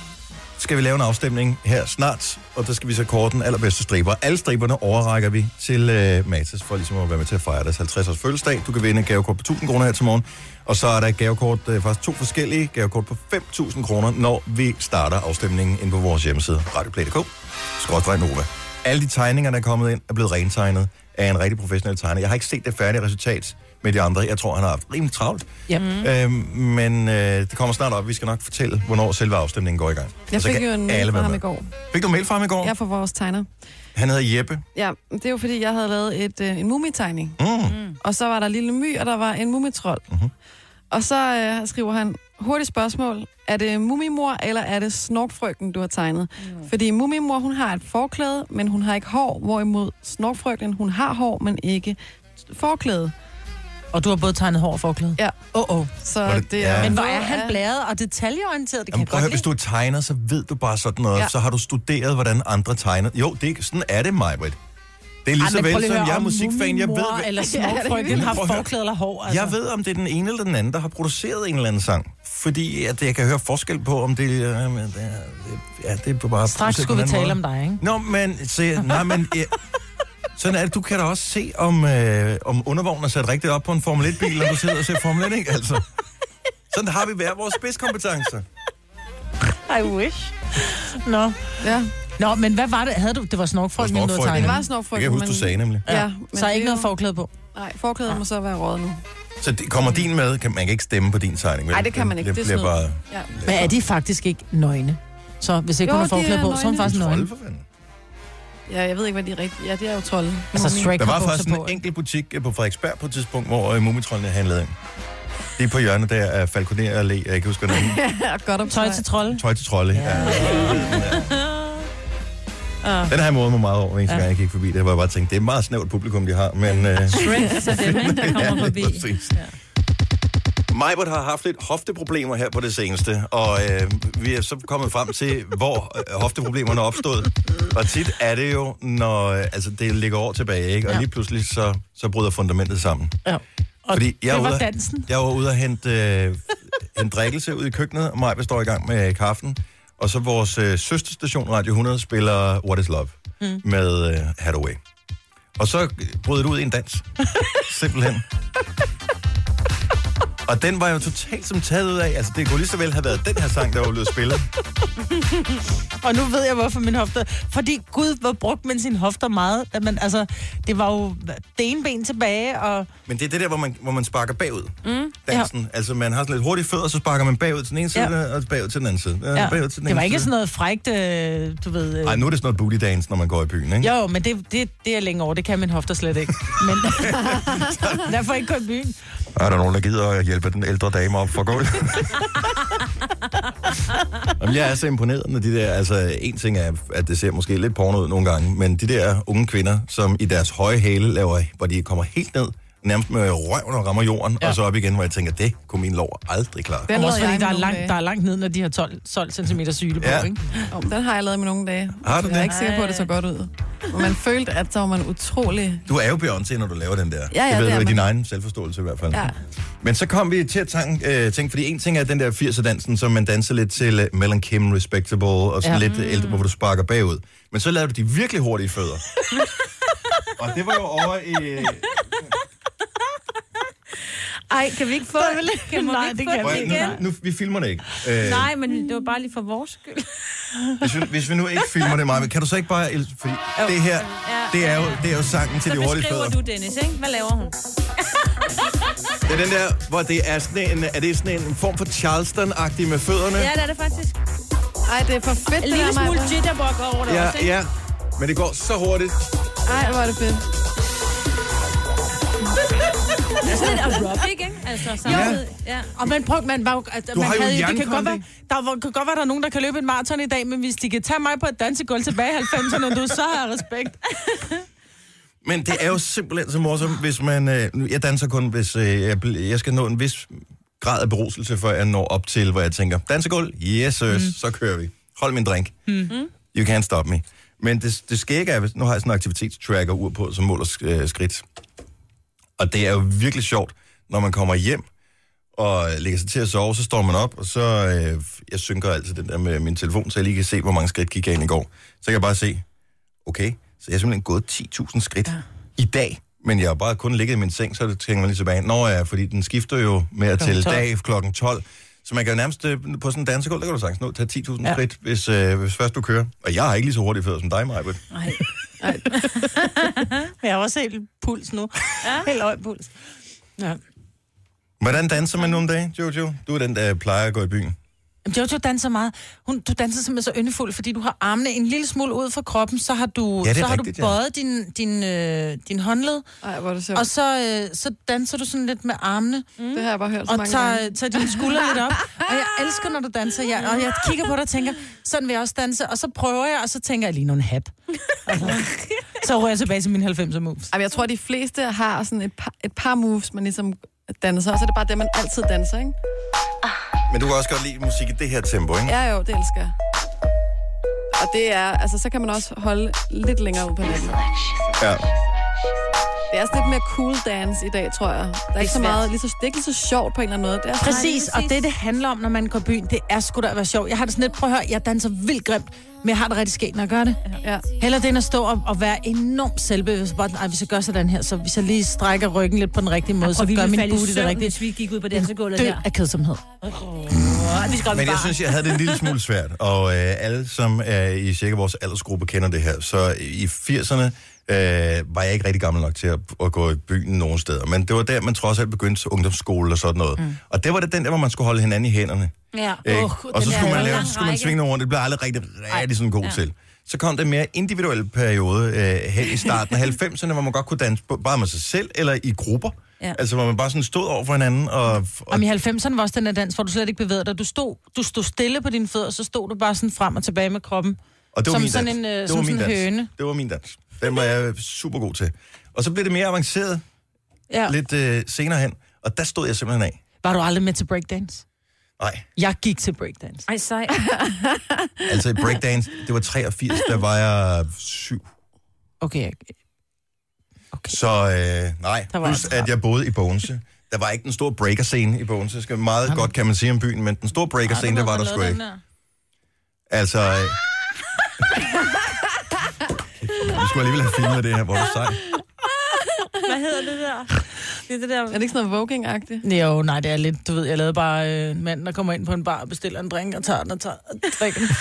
skal vi lave en afstemning her snart, og der skal vi så kåre den allerbedste striber. Alle striberne overrækker vi til øh, Matas, for ligesom at være med til at fejre deres halvtreds års fødselsdag. Du kan vinde et gavekort på tusind kroner her til morgen, og så er der et gavekort, øh, faktisk to forskellige gavekort på fem tusind kroner, når vi starter afstemningen inde på vores hjemmeside, radioplay punktum d k, skråstreg Nova. Alle de tegninger, der er kommet ind, er blevet rentegnet af en rigtig professionel tegner. Jeg har ikke set det færdige resultat med de andre. Jeg tror, han har haft rimelig travlt. Yep. Øhm, men øh, det kommer snart op. Vi skal nok fortælle, hvornår selve afstemningen går i gang. Jeg fik jo en mail fra ham i går. Fik du en mail fra ham i går? Ja, fra vores tegner. Han hedder Jeppe. Ja, det er jo fordi, jeg havde lavet et, øh, en mumitegning. Mm. Mm. Og så var der lille my, og der var en mumitrol. Mm-hmm. Og så øh, skriver han, hurtigt spørgsmål. Er det mumimor, eller er det snorkfrøken, du har tegnet? Mm. Fordi mumimor, hun har et forklæde, men hun har ikke hår. Hvorimod snorkfrøken, hun har hår, men ikke forklæde. Og du har både tegnet hår og forklæde? Ja. Åh, oh, oh. Så det, det er... Ja. Men hvor er han blæret og detaljeorienteret? Det kan Jamen, jeg prøv at godt høre, lide. hvis du er tegner, så ved du bare sådan noget. Ja. Så har du studeret, hvordan andre tegner. Jo, det er, sådan er det, Majbrit. Det er lige Ej, så men prøv vel, lige at som høre, jeg er om musikfan. Jeg ved, mumimor hvad- eller snorkfrøken Ja, har prøv at høre. forklæde eller hår. Altså. Jeg ved, om det er den ene eller den anden, der har produceret en eller anden sang. Fordi at jeg kan høre forskel på, om det, øh, det, er, det, ja, det er bare... Straks skulle vi tale om dig, ikke? Nå, men... Se, nej, men... Ja, sådan er det. Du kan da også se, om, øh, om undervognen er sat rigtigt op på en Formel et-bil, når du sidder og ser Formel et, ikke? Altså. Sådan har vi hver vores spidskompetencer. I wish. Nå. Ja. Nå, men hvad var det? Havde du? Det var snorkfrøken, du havde Snorkfrøken. tegnet. Det var Det snorkfrøken. kan jeg huske, du sagde nemlig. Ja, Ja, men så er det ikke er noget jo- forklæde på. Nej, forklædet må så være rådet nu. Så det, kommer din med? Kan, man kan ikke stemme på din tegning, vel? Nej, det kan man ikke. Det, Det er bliver sådan bare... Ja. Men er de faktisk ikke nøgne? Så hvis ikke Jo, hun har de forklæde er på, så er hun nøgne. faktisk nøgne. Trolde, for fanden. Ja, jeg ved ikke, hvad de er rigtige. Ja, det er jo trolde. Altså, Shrek Der har var bukser faktisk en på, ikke? enkelt butik øh, på Frederiksberg på et tidspunkt, hvor øh, mumitrollene handlede ind. Det er på hjørnet der af Falconer Allé. Jeg kan ikke huske, hvad den er. Ja, godt op. Tøj til trolde. Tøj til trolde. Ja. Ja. Den har jeg modet mig meget over, eneste Ja. gang jeg gik forbi det. Hvor jeg bare tænkte, det er et meget snævert publikum, de har. Men, øh, Shrek, så dem, ikke, der kommer ja, forbi. præcis. Majbert har haft lidt hofteproblemer her på det seneste, og øh, vi er så kommet frem til, hvor øh, hofteproblemerne er opstået. Og tit er det jo, når øh, altså, det ligger år tilbage, ikke? Og Ja. lige pludselig så, så bryder fundamentet sammen. Ja. Og Fordi jeg det var var ude, dansen. jeg var ude at hente øh, en drikkelse ud i køkkenet, og Majbert står i gang med kaffen. Og så vores øh, søsterstation Radio hundrede spiller What is Love mm. med øh, Hathaway. Og så brød det ud i en dans. Simpelthen. Og den var jo totalt som taget ud af. Altså, det kunne lige så vel have været den her sang, der var blevet spillet. Og nu ved jeg, hvorfor min hofter... Fordi Gud, hvor brugte man sine hofter meget. Da man, altså, det var jo det ene ben tilbage, og... Men det er det der, hvor man, hvor man sparker bagud. Mm. Dansen. Ja. Altså, man har sådan lidt hurtige fødder, så sparker man bagud til den ene side, ja. og bagud til den anden side. Ja, Ja. bagud til den Det var ene ikke side. sådan noget frækt, øh, du ved... Øh... Ej, nu er det sådan noget booty dance, når man går i byen, ikke? Jo, men det, det, det er længe over. Det kan min hofter slet ikke. Men derfor ikke gå i byen. Er der nogen, der gider at hjælpe den ældre dame op for gulvet? Jamen, jeg er så imponeret, når de der... Altså, en ting er, at det ser måske lidt porno ud nogle gange, men de der unge kvinder, som i deres høje hæle laver, hvor de kommer helt ned nærmest med røven og rammer jorden, ja. Og så op igen, hvor jeg tænker, det kunne min lår aldrig klare. Den også fordi, der er, langt, der er langt ned, når de har tolv, tolv centimeter syle på, ja. Ikke? Oh, den har jeg lavet med nogle dage. Har du jeg det? er ikke sikker på, at det så godt ud. Og man følte, at så var man utrolig... Du er jo Beyoncé, når du laver den der. Ja, ja, det ved det du, er i din man. egen selvforståelse i hvert fald. Ja. Men så kom vi til at tænke, øh, tænke fordi en ting er den der firser-dansen, som man danser lidt til uh, Mel and Kim, Respectable, og sådan ja. Lidt mm. ældre, hvor du sparker bagud. Men så lavede du de virkelig hurtige fødder. Og det var jo over i... Øh... Ej, kan vi ikke få det? Kan Nej, vi det ikke kan få vi det ikke. igen? Nu, nu, vi filmer det ikke. Øh, Nej, men det var bare lige for vores skyld. hvis, vi, hvis vi nu ikke filmer det meget, kan du så ikke bare... Fordi det her, det er jo, det er jo sangen til så de hurtige fødder. Så beskriver du, Dennis, ikke? Hvad laver hun? Det er den der, hvor det er sådan en, er det sådan en form for Charleston-agtig med fødderne? Ja, det er det faktisk. Ej, det er for fedt, En lille smule jitterbug over det ja, også, ikke? Ja, men det går så hurtigt. Ej, hvor er det fedt. Det er sådan lidt aerobic, ikke? Altså, samtidig. Ja. Og man prøv, man var, altså, Du man har jo havde, det kan jernkondi. godt være, der var, kan godt være, der er nogen, der kan løbe et maraton i dag, men hvis de kan tage mig på et dansegulv tilbage i halvfemserne, du, så har jeg respekt. Men det er jo simpelthen så morsomt, hvis man... Øh, jeg danser kun, hvis øh, jeg, jeg skal nå en vis grad af beruselse, før jeg når op til, hvor jeg tænker, dansegulv, yes, sirs, mm. så kører vi. Hold min drink. Mm. You can't stop me. Men det, det skægge er, hvis nu har jeg sådan en aktivitetstracker ur på, som måler øh, skridt. Og det er jo virkelig sjovt, når man kommer hjem og lægger sig til at sove, så står man op, og så... Øh, jeg synker altid den der med min telefon, så jeg lige kan se, hvor mange skridt gik jeg ind i går. Så kan jeg bare se, okay, så jeg har simpelthen gået ti tusind skridt ja. I dag, men jeg har bare kun ligget i min seng, så det tænker man lige tilbage. Nå ja, fordi den skifter jo med at tælle dag klokken tolv. Så man kan jo nærmest på sådan en dansegulv, der kan du sagtens nå tage ti tusind ja. Skridt, hvis, øh, hvis først du kører. Og jeg har ikke lige så hurtigt fødder som dig, Majbert. Nej. Jeg har også helt puls nu. Ja. Helt høj puls. Ja. Hvordan danser man nu om dagen, Jojo? Du er den, der plejer at gå i byen. Jojo danser meget. Hun, du danser simpelthen så yndefuld, fordi du har armene en lille smule ud fra kroppen, så har du, ja, så har rigtigt, du bøjet ja. din, din, øh, din håndled, Ej, hvor er det sjovt. og så, øh, så danser du sådan lidt med armene. Mm. Det har jeg bare hørt så og mange tager, gange. tager dine skuldre lidt op. Og jeg elsker, når du danser. Jeg, og jeg kigger på dig og tænker, sådan vil jeg også danse. Og så prøver jeg, og så tænker jeg lige nogle hat. Altså, så rører jeg tilbage til mine halvfemser moves. Ej, jeg tror, de fleste har sådan et par, et par moves, man ligesom danser, og så er det bare det, man altid danser, ikke? Men du kan også godt lide musik i det her tempo, ikke? Ja, jo, det elsker jeg. Og det er, altså, så kan man også holde lidt længere ud på natten. Ja. Det er også lidt mere cool dance i dag, tror jeg. Der er ikke så meget, lige så, det er ikke lige så sjovt på en eller anden måde. Det er præcis, og det, det handler om, når man går i byen, det er sgu da at være sjovt. Jeg har det sådan lidt, prøv at høre, jeg danser vildt grimt, men jeg har det rigtig skægt, når jeg gør det. Ja. Heller det end at stå og, og være enormt selvbevidst. Bare, ej, hvis jeg gør sådan her, så hvis jeg lige strækker ryggen lidt på den rigtige måde, ja, så gør min booty det rigtige. Hvis vi gik ud på dansegulvet der. der. Død af kedsomhed. Oh. Men jeg synes, jeg havde det en lille smule svært, og øh, alle, som er i cirka vores aldersgruppe, kender det her. Så i firserne øh, var jeg ikke rigtig gammel nok til at, at gå i byen nogen steder. Men det var der, man trods alt begyndte til ungdomsskole og sådan noget. Mm. Og det var det den der, hvor man skulle holde hinanden i hænderne. Ja. Øh, Uh, og så skulle man, lave, så skulle man svinge nogle rundt. Det blev aldrig rigtig, rigtig sådan god ja. Til. Så kom der en mere individuel periode øh, hen i starten af halvfemserne, hvor man godt kunne danse bare med sig selv eller i grupper. Ja. Altså, hvor man bare sådan stod over for hinanden. Og, og... Om i halvfemserne var også den der dans, hvor du slet ikke bevægede dig. Du stod, du stod stille på dine fødder, og så stod du bare sådan frem og tilbage med kroppen. Og det var som min sådan dans. en, øh, det som var sådan min dans. høne. Det var min dans. Den var jeg super god til. Og så blev det mere avanceret ja. lidt øh, senere hen. Og der stod jeg simpelthen af. Var du aldrig med til breakdance? Nej. Jeg gik til breakdance. Ej, sej. Altså i breakdance, det var treogfirs, der var jeg syv. Okay. okay. Så øh, nej, plus at jeg boede i Bogense. Der var ikke den store breaker-scene i Bogense. Skal meget Jamen. godt kan man sige om byen, men den store breaker-scene, der var der sgu ikke. Altså... Øh... Du skulle alligevel have filmet det her, hvor du sej. Hvad hedder det der? Det er, det der... er det ikke sådan noget voguing-agtigt? Jo, nej, det er lidt, du ved, jeg lavede bare øh, en mand, der kommer ind på en bar og bestiller en drink og tager den og tager og drikker den.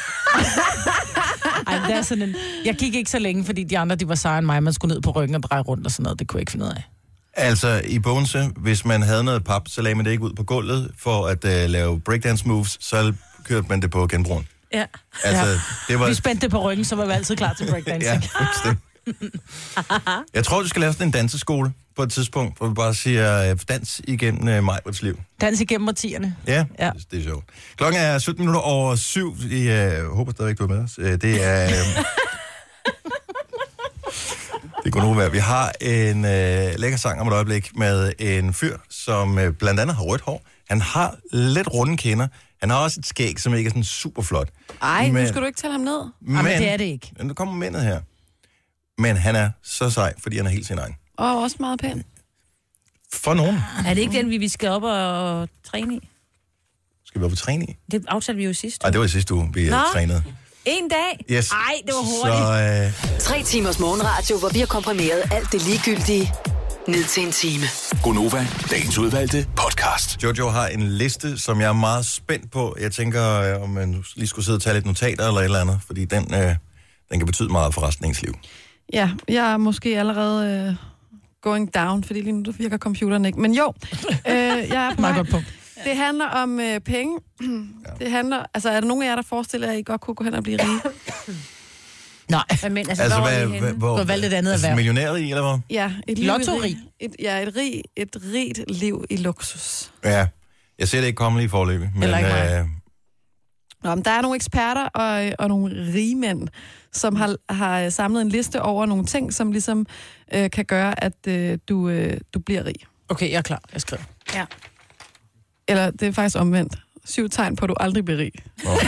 Ej, det er sådan en... Jeg gik ikke så længe, fordi de andre, de var sejere end mig. Man skulle ned på ryggen og dreje rundt og sådan noget. Det kunne jeg ikke finde ud af. Altså, i Bogense, hvis man havde noget pap, så lagde man det ikke ud på gulvet for at uh, lave breakdance moves, så kørte man det på genbrugen. Ja. Altså, ja. det var... Vi spændte det på ryggen, så var vi altid klar til breakdancing. Ja, jeg tror, du skal lave sådan en danseskole på et tidspunkt, hvor vi bare siger, dans igennem uh, Majberts liv. Dans igennem årtierne. Ja, ja. Det, det er sjovt. Klokken er sytten minutter over syv. Jeg uh, håber stadigvæk, du er med os. Uh, det er... Um... Det kunne nu være. Vi har en øh, lækker sang om et øjeblik med en fyr, som øh, blandt andet har rødt hår. Han har lidt runde kinder. Han har også et skæg, som ikke er sådan super flot. Ej, men, nu skal du ikke tælle ham ned. Men, Jamen, det er det ikke. Men nu kommer mændet her. Men han er så sej, fordi han er helt sin egen. Og også meget pæn. For nogen. Er det ikke den, vi vi skal op og, og træne i? Skal vi op og træne i? Det aftalte vi jo sidst. Nej, det var i sidste uge, vi Nå. trænede. En dag? Yes. Ej, det var hurtigt. Så, øh, Tre timers morgenradio, hvor vi har komprimeret alt det ligegyldige ned til en time. Gonova, dagens udvalgte podcast. Jojo har en liste, som jeg er meget spændt på. Jeg tænker, øh, om man lige skulle sidde og tage lidt notater eller et eller andet, fordi den, øh, den kan betyde meget for resten af ens liv. Ja, jeg er måske allerede øh, going down, fordi lige nu virker computeren ikke. Men jo, øh, jeg er på Meget vej. godt punkt. Det handler om øh, penge. Det handler, altså er der nogen af jer, der forestiller jer, at I godt kunne gå hen og blive rige? Nej. Hvad men, altså, Altså, hvor er hvad, vi henne? hvad, hvor, Du har valgt et andet altså, erhverv. millionær i, eller hvad? Ja, et liv Lotto-rig. i rig. Et, ja, et, rig, et rigt liv i luksus. Ja, jeg ser det ikke komme lige i forløbet. Men, Heller ikke mig. øh, Nå, men der er nogle eksperter og, og nogle rige mænd, som har, har samlet en liste over nogle ting, som ligesom øh, kan gøre, at øh, du, øh, du bliver rig. Okay, jeg er klar. Jeg skriver. Ja. Eller det er faktisk omvendt. Syv tegn på, at du aldrig bliver rig.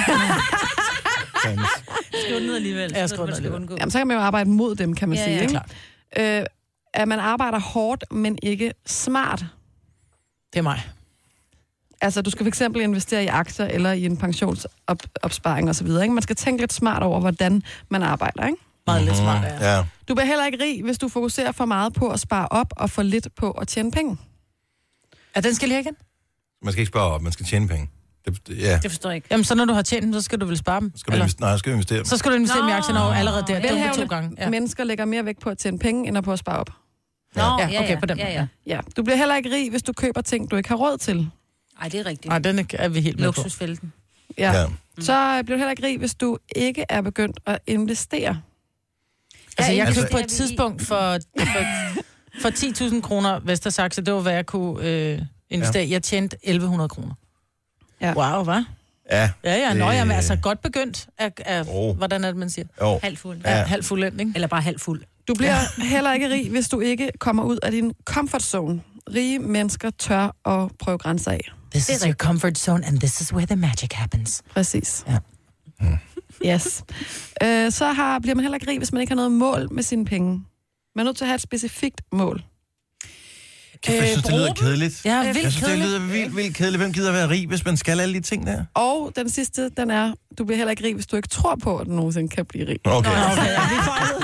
Skriv den ned alligevel. Jeg Så skriver ved den du, hvad du skal alligevel. undgå. Jamen, så kan man jo arbejde mod dem, kan man Ja, sige. ja, ikke? klart. Øh, at man arbejder hårdt, men ikke smart. Det er mig. Altså, du skal fx investere i aktier eller i en pensionsopsparing osv. Man skal tænke lidt smart over, hvordan man arbejder, ikke? Meget lidt smart, ja. ja. Du bliver heller ikke rig, hvis du fokuserer for meget på at spare op og for lidt på at tjene penge. Er den skal lige igen? Man skal ikke spare op, man skal tjene penge. Det, det- ja. Det forstår jeg ikke. Jamen, så når du har tjent dem, så skal du vel spare dem? Skal du invest- nej, skal du investere. Så skal du investere Nå. i aktierne over allerede der. Det er to Velhavende gange. Ja. mennesker lægger mere vægt på at tjene penge, end på at spare op. Nå, Ja, ja, okay, ja, på den ja, måde, ja. Ja, du bliver heller ikke rig, hvis du køber ting, du ikke har råd til. Ej, det er rigtigt. Nej, den er vi helt med på. Luksusfælden. Ja. Ja. ja. Så bliver du heller ikke rig, hvis du ikke er begyndt at investere. Altså, jeg Altså- købte på et tidspunkt for, for, for ti tusind kroner Vestasakse. Det var, hvad jeg kunne øh, investere. Jeg tjente elleve hundrede kroner. Ja. Wow, hvad? Ja. Ja, ja, Det- nå, jamen, altså godt begyndt af, af Oh. hvordan er det, man siger? Jo. Halv fuld. Ja. Ja. Halv fuld ikke? Eller bare halv fuld. Du bliver ja. heller ikke rig, hvis du ikke kommer ud af din comfort zone. Rige mennesker tør at prøve grænser af. This is your comfort zone, and this is where the magic happens. Præcis. Ja. Yes. Øh, så har, bliver man heller ikke rig, hvis man ikke har noget mål med sine penge. Man er nødt til at have et specifikt mål. Kæft, jeg synes, det lyder kedeligt. Ja, Jeg vildt synes, det lyder vildt, vildt kedeligt. Hvem gider være rig, hvis man skal alle de ting der? Og den sidste, den er, du bliver heller ikke rig, hvis du ikke tror på, at du nogensinde kan blive rig. Okay. Okay, ja, vi får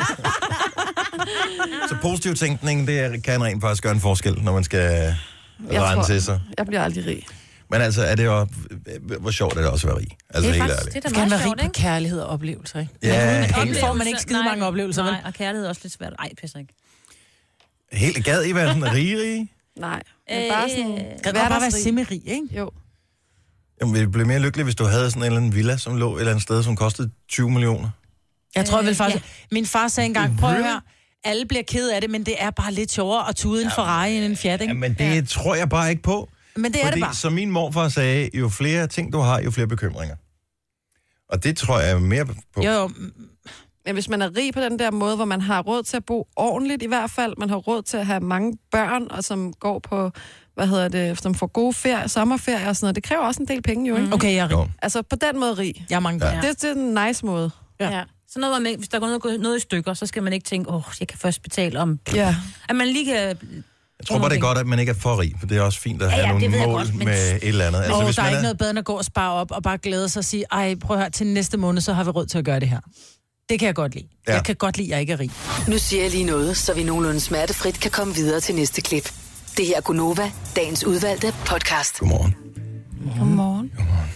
Så positiv tænkning, det er- kan rent faktisk gøre en forskel, når man skal Jeg rende tror- til sig. Jeg bliver aldrig rig. Men altså, er det jo... Hvor sjovt er det også at være rig? Altså, Det er helt faktisk, ærligt. det er da Skal han meget være rig sjovt, på ikke? kærlighed og oplevelser, ikke? Ja, Men helt, får man ikke skide mange oplevelser, vel? Nej, og kærlighed er også lidt svært. Ej, pisser ikke. helt gad I være sådan rige, rige? Nej. Men Øh, bare sådan... øh, Kan du bare være hverdagsrig. simmerig, ikke? Jo. Jamen, ville du blive mere lykkelig, hvis du havde sådan en eller anden villa, som lå et eller andet sted, som kostede tyve millioner? Jeg tror Øh, vel faktisk... Min far sagde engang, prøv at høre, alle bliver ked af det, men det er bare lidt sjovere at tude en Ferrari end en Fiat, ikke? Jamen, det ja. tror jeg bare ikke på. Men det er Fordi, det bare. som min morfar sagde, jo flere ting du har, jo flere bekymringer. Og det tror jeg mere på. Jo, jo. Men hvis man er rig på den der måde, hvor man har råd til at bo ordentligt i hvert fald, man har råd til at have mange børn, og som går på, hvad hedder det, som får gode ferie, sommerferie og sådan noget, det kræver også en del penge jo, ikke? Okay, jeg er rig. Jo. Altså på den måde rig. Jeg er mange børn. Det, det er en nice måde. Ja. ja. Så noget, med, hvis der går noget, noget i stykker, så skal man ikke tænke, åh, oh, jeg kan først betale om... Ja. At man lige kan... Jeg tror bare, det er godt, at man ikke er for rig, for det er også fint at have Ja, ja, det nogle ved jeg mål godt, men- med et eller andet. Altså, og hvis der er man ikke noget bedre end at gå og spare op og bare glæde sig og sige, ej, prøv at høre, til næste måned, så har vi råd til at gøre det her. Det kan jeg godt lide. Ja. Jeg kan godt lide, at jeg ikke er rig. Nu siger jeg lige noget, så vi nogenlunde smertefrit kan komme videre til næste klip. Det her er Gonova, dagens udvalgte podcast. Godmorgen. Godmorgen.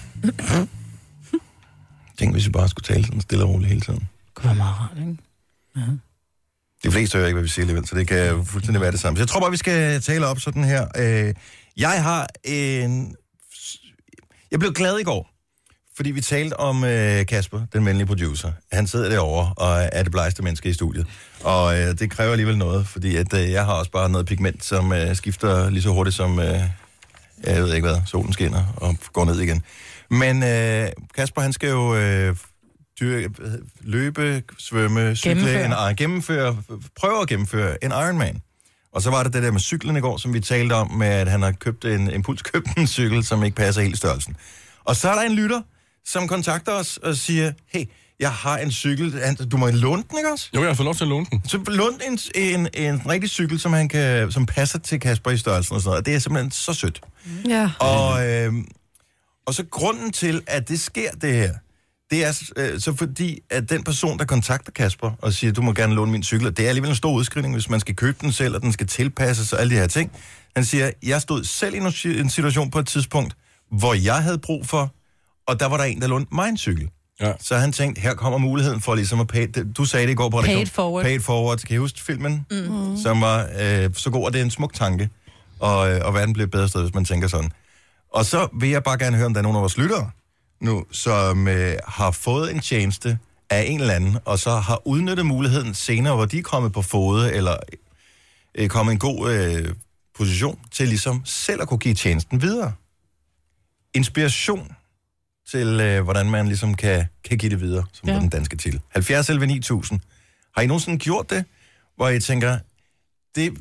Tænk, hvis vi bare skulle tale sådan stille og roligt hele tiden. Det kunne være meget rart, ikke? Ja. De fleste hører ikke, hvad vi siger alligevel, så det kan jo fuldstændig være det samme. Så jeg tror bare, vi skal tale op sådan her. Øh, Jeg har en... Jeg blev glad i går, fordi vi talte om øh, Kasper, den venlige producer. Han sidder derovre og er det blegeste menneske i studiet. Og øh, det kræver alligevel noget, fordi at, øh, jeg har også bare noget pigment, som øh, skifter lige så hurtigt som... Øh, jeg ved ikke hvad, solen skinner og går ned igen. Men øh, Kasper, han skal jo øh, dyr, løbe, svømme, cykle, Gennemføre. en, gennemføre, prøve at gennemføre en Ironman. Og så var det det der med cyklen i går, som vi talte om, med at han har købt en impuls købt en cykel, som ikke passer helt i størrelsen. Og så er der en lytter, som kontakter os og siger, hey, jeg har en cykel, du må låne den, ikke også? Jo, jeg har fået lov til at låne den. Så lån en, en, en rigtig cykel, som, han kan, som passer til Kasper i størrelsen og sådan noget. Og det er simpelthen så sødt. Ja. Og, øh, og så grunden til, at det sker, det her, det er øh, så fordi, at den person, der kontakter Kasper og siger, du må gerne låne min cykel, det er alligevel en stor udskrivning, hvis man skal købe den selv, og den skal tilpasses og alle de her ting. Han siger, jeg stod selv i en situation på et tidspunkt, hvor jeg havde brug for, og der var der en, der lånte mig en cykel. Ja. Så han tænkte, her kommer muligheden for ligesom at pay, du sagde det i går på Pay it forward. Pay it forward. Kan I huske filmen? Mm-hmm. Som var øh, så god, og det er en smuk tanke. Og, øh, og verden bliver et bedre sted, hvis man tænker sådan. Og så vil jeg bare gerne høre, om der er nogen af vores lyttere nu, som øh, har fået en tjeneste af en eller anden, og så har udnyttet muligheden senere, hvor de er kommet på fode, eller øh, kommet i en god øh, position til ligesom selv at kunne give tjenesten videre. Inspiration til, øh, hvordan man ligesom kan, kan give det videre, som ja. Den danske til. halvfjerds elleve ni tusind. Har I nogensinde gjort det, hvor I tænker, det,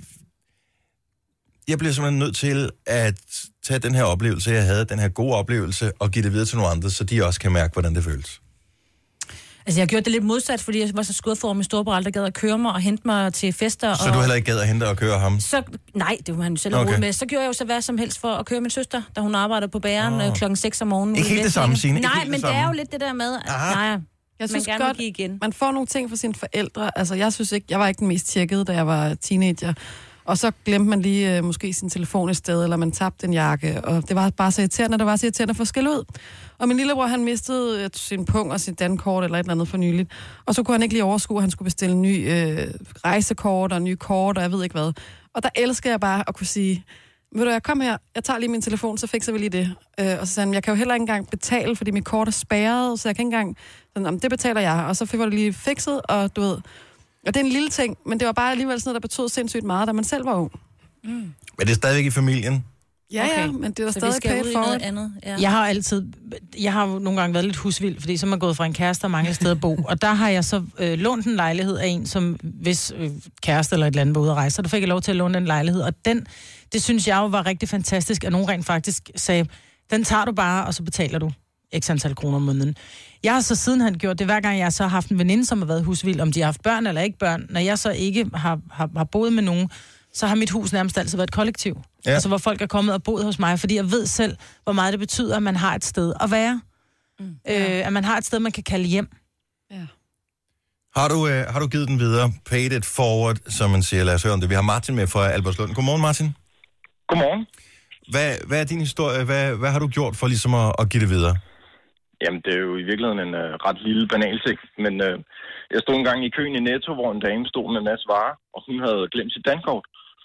jeg bliver simpelthen nødt til at tage den her oplevelse, jeg havde, den her gode oplevelse, og give det videre til nogle andre, så de også kan mærke, hvordan det føles? Altså, jeg har gjort det lidt modsat, fordi jeg var så skudt for, at min storebror der gad at køre mig og hente mig til fester. Så og... du heller ikke gad at hente og køre ham? Så, nej, det var han jo selv okay. med. Så gjorde jeg jo så hvad som helst for at køre min søster, da hun arbejdede på bageren oh. klokken seks om morgenen. Ikke helt det samme, Signe. Nej, men det, det er jo lidt det der med, at nej, jeg synes man gerne godt, vil give igen. Man får nogle ting fra sine forældre. Altså, jeg synes ikke, jeg var ikke den mest tjekkede, da jeg var teenager. Og så glemte man lige øh, måske sin telefon et sted, eller man tabte en jakke. Og det var bare så irriterende, det var så irriterende for at skælde ud. Og min lillebror, han mistede øh, sin pung og sit dankort eller et eller andet for nyligt. Og så kunne han ikke lige overskue, at han skulle bestille en ny øh, rejsekort og nye kort, og jeg ved ikke hvad. Og der elsker jeg bare at kunne sige, ved du, jeg kom her, jeg tager lige min telefon, så fikser vi lige det. Øh, og så sagde han, jeg kan jo heller ikke engang betale, fordi mit kort er spærret, så jeg kan ikke engang, sådan, det betaler jeg. Og så fik jeg det lige fikset, og du ved... Og det er en lille ting, men det var bare alligevel sådan noget, der betød sindssygt meget, da man selv var ung. Mm. Men det er stadigvæk i familien? Ja, okay. Ja, men det er der stadig pænt for noget andet. Ja. Jeg har altid, jeg har jo nogle gange været lidt husvild, fordi så er man gået fra en kæreste og mange steder at bo. Og der har jeg så øh, lånt en lejlighed af en, som hvis øh, kæreste eller et eller andet var ude at rejse, så der fik jeg lov til at låne den lejlighed. Og den, det synes jeg jo var rigtig fantastisk, at nogen rent faktisk sagde, den tager du bare, og så betaler du x antal kroner om måneden. Jeg har så siden han gjort det, hver gang jeg så har haft en veninde, som har været husvild, om de har haft børn eller ikke børn, når jeg så ikke har, har, har boet med nogen, så har mit hus nærmest altid været et kollektiv. Ja. Altså hvor folk er kommet og boet hos mig, fordi jeg ved selv, hvor meget det betyder, at man har et sted at være. Mm. Ja. Øh, at man har et sted, man kan kalde hjem. Ja. Har du, øh, har du givet den videre? Paid it forward, som man siger. Lad os høre om det. Vi har Martin med fra Albertslund. Godmorgen, Martin. Godmorgen. Hvad, hvad er din historie? Hvad, hvad har du gjort for ligesom at, at give det videre? Jamen, det er jo i virkeligheden en uh, ret lille banal ting, men uh, jeg stod en gang i køen i Netto, hvor en dame stod med en masse varer, og hun havde glemt sit dankort.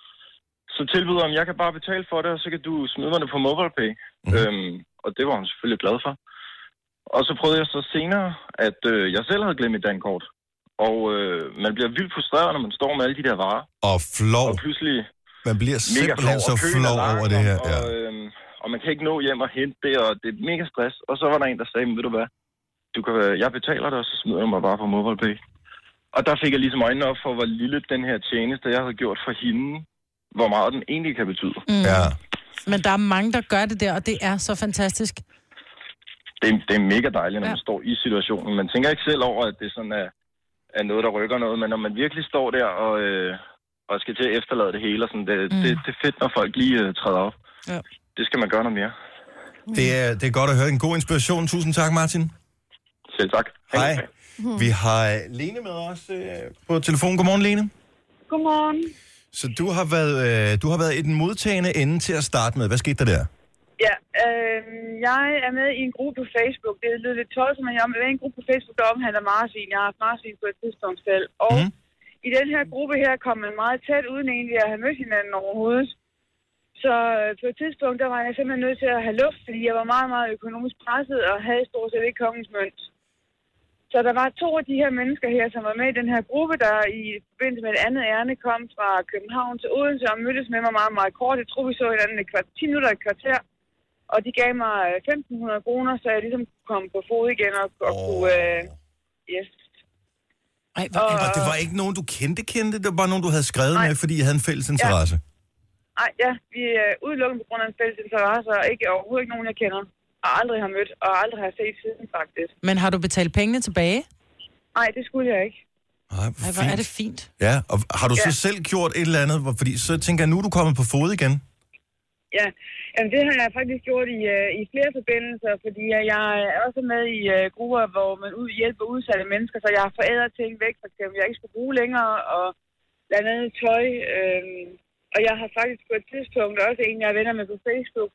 Så tilbyder om jeg kan bare betale for det, og så kan du smide mig det på MobilePay. Mm. Øhm, og det var hun selvfølgelig glad for. Og så prøvede jeg så senere, at øh, jeg selv havde glemt mit dankort. Og øh, man bliver vildt frustreret, når man står med alle de der varer. Og flov. Og pludselig... Man bliver simpelthen så flov over det her. Ja. Og, øh, og man kan ikke nå hjem og hente det, og det er mega stress. Og så var der en, der sagde, ved du hvad, du kan, jeg betaler det, og så smider jeg mig bare på MobilePay. Og der fik jeg ligesom øjnene op for, hvor lille den her tjeneste, jeg havde gjort for hende, hvor meget den egentlig kan betyde. Mm. Ja. Men der er mange, der gør det der, og det er så fantastisk. Det er, det er mega dejligt, når ja. man står i situationen. Man tænker ikke selv over, at det sådan er, er noget, der rykker noget, men når man virkelig står der og, øh, og skal til at efterlade det hele, og sådan, det, mm. det, det er fedt, når folk lige øh, træder op. Ja. Det skal man gøre noget mere. Mm. Det, er, det er godt at høre. En god inspiration. Tusind tak, Martin. Selv tak. Hej. Mm. Vi har Lene med os øh, på telefonen. Godmorgen, Lene. Godmorgen. Så du har været, øh, du har været i den modtagende ende til at starte med. Hvad skete der der? Ja, øh, jeg er med i en gruppe på Facebook. Det lyder lidt tosset, men jeg er med i en gruppe på Facebook, der omhandler marsvin. Jeg har haft marsvin på et tidspunkt selv. Og mm. i den her gruppe her kom man meget tæt, uden egentlig at have mødt hinanden overhovedet. Så øh, på et tidspunkt, der var jeg simpelthen nødt til at have luft, fordi jeg var meget, meget økonomisk presset og havde stort set ikke kongens mønt. Så der var to af de her mennesker her, som var med i den her gruppe, der i forbindelse med et andet ærne kom fra København til Odense og mødtes med mig meget, meget kort. Jeg tror, vi så hinanden i kvart, ti minutter i kvarter. Og de gav mig femten hundrede kroner, så jeg ligesom kunne komme på fod igen og, og oh. kunne, øh, Yes. Ej, hvor, og, og det var ikke nogen, du kendte kendte? Det var bare nogen, du havde skrevet nej. med, fordi I havde en fælles interesse? Nej, ja. ja. Vi er udelukkende på grund af en fælles interesse, og ikke, overhovedet ikke nogen, jeg kender. Og aldrig har mødt, og aldrig har set siden, faktisk. Men har du betalt pengene tilbage? Nej, det skulle jeg ikke. Ej, Ej, hvor er det fint. Ja, og har du så ja. selv gjort et eller andet? Fordi så tænker jeg, nu er du kommet på fod igen. Ja, Jamen, det har jeg faktisk gjort i, uh, i flere forbindelser, fordi uh, jeg er også med i uh, grupper, hvor man ud, hjælper udsatte mennesker, så jeg har forædret ting væk, for eksempel, jeg ikke skulle bruge længere, og blandt andet tøj. Øh, og jeg har faktisk på et tidspunkt også en, jeg er venner med på Facebook,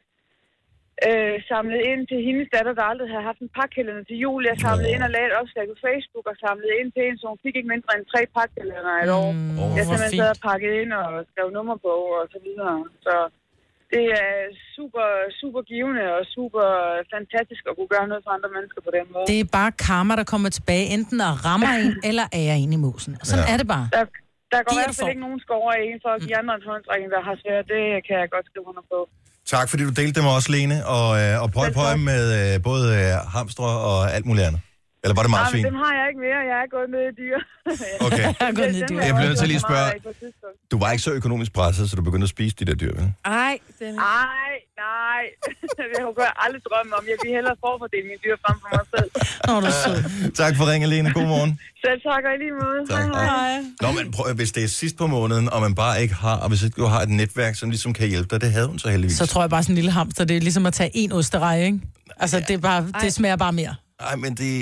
øh, samlet ind til hendes datter, der aldrig havde haft en pakkælder til jul. Jeg samlede ind og lagde et opslag på Facebook og samlede ind til en, så hun fik ikke mindre end tre pakkælder et år. Mm, oh, jeg simpelthen sad og pakket ind og skrev nummer på og så videre. Så det er super, super givende og super fantastisk at kunne gøre noget for andre mennesker på den måde. Det er bare karma, der kommer tilbage, enten at rammer en eller ærer en i musen. Sådan ja. er det bare. Der, der går i hvert fald ikke nogen skår af en for at give andre en håndtrækning, der har svært. Det kan jeg godt skrive under på. Tak fordi du delte det med os, Lene, og, øh, og pøj pøj med øh, både øh, hamstre og alt muligt andet. Eller var det marsvin? Nej, dem har jeg ikke mere. Jeg er gået ned i dyr. Okay. Jeg er gået ned i dyr. Jeg bliver nødt til lige at spørge. Du var ikke så økonomisk presset, så du begyndte at spise de der dyr, vel? Nej, nej, nej. Jeg kunne gøre aldrig drømme om. Jeg vil hellere forfordele mine dyr frem for mig selv. Åh, du er sød. Tak for ringen, Lene. God morgen. Selv tak, og i lige måde. Tak. Hej, hej. Nå, men prøv, hvis det er sidst på måneden, og man bare ikke har, og hvis ikke du har et netværk, som ligesom kan hjælpe dig, det havde hun så heldigvis. Så tror jeg bare sådan en lille hamster, det er ligesom at tage en osterej, ikke? Altså, ja. det, er bare, det smager bare mere. Nej, men det...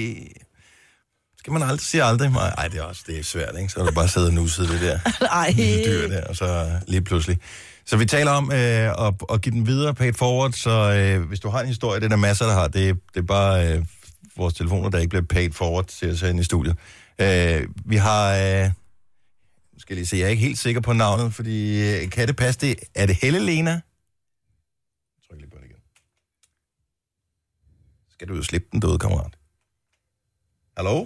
Skal man aldrig sige aldrig? Nej, det er også det er svært, ikke? Så er du bare siddet og nusset det der. Ej. Dyr der, og så lige pludselig. Så vi taler om øh, at, at give den videre, paid forward, så øh, hvis du har en historie, det er der masser, der har, det, det er bare øh, vores telefoner, der ikke bliver paid forward til os herinde i studiet. Øh, vi har, øh, skal jeg lige se, jeg er ikke helt sikker på navnet, fordi øh, kan det passe det? Er det Helle Lena? Tryk lige på det igen. Skal du jo slippe den døde, kammerat. Hallo?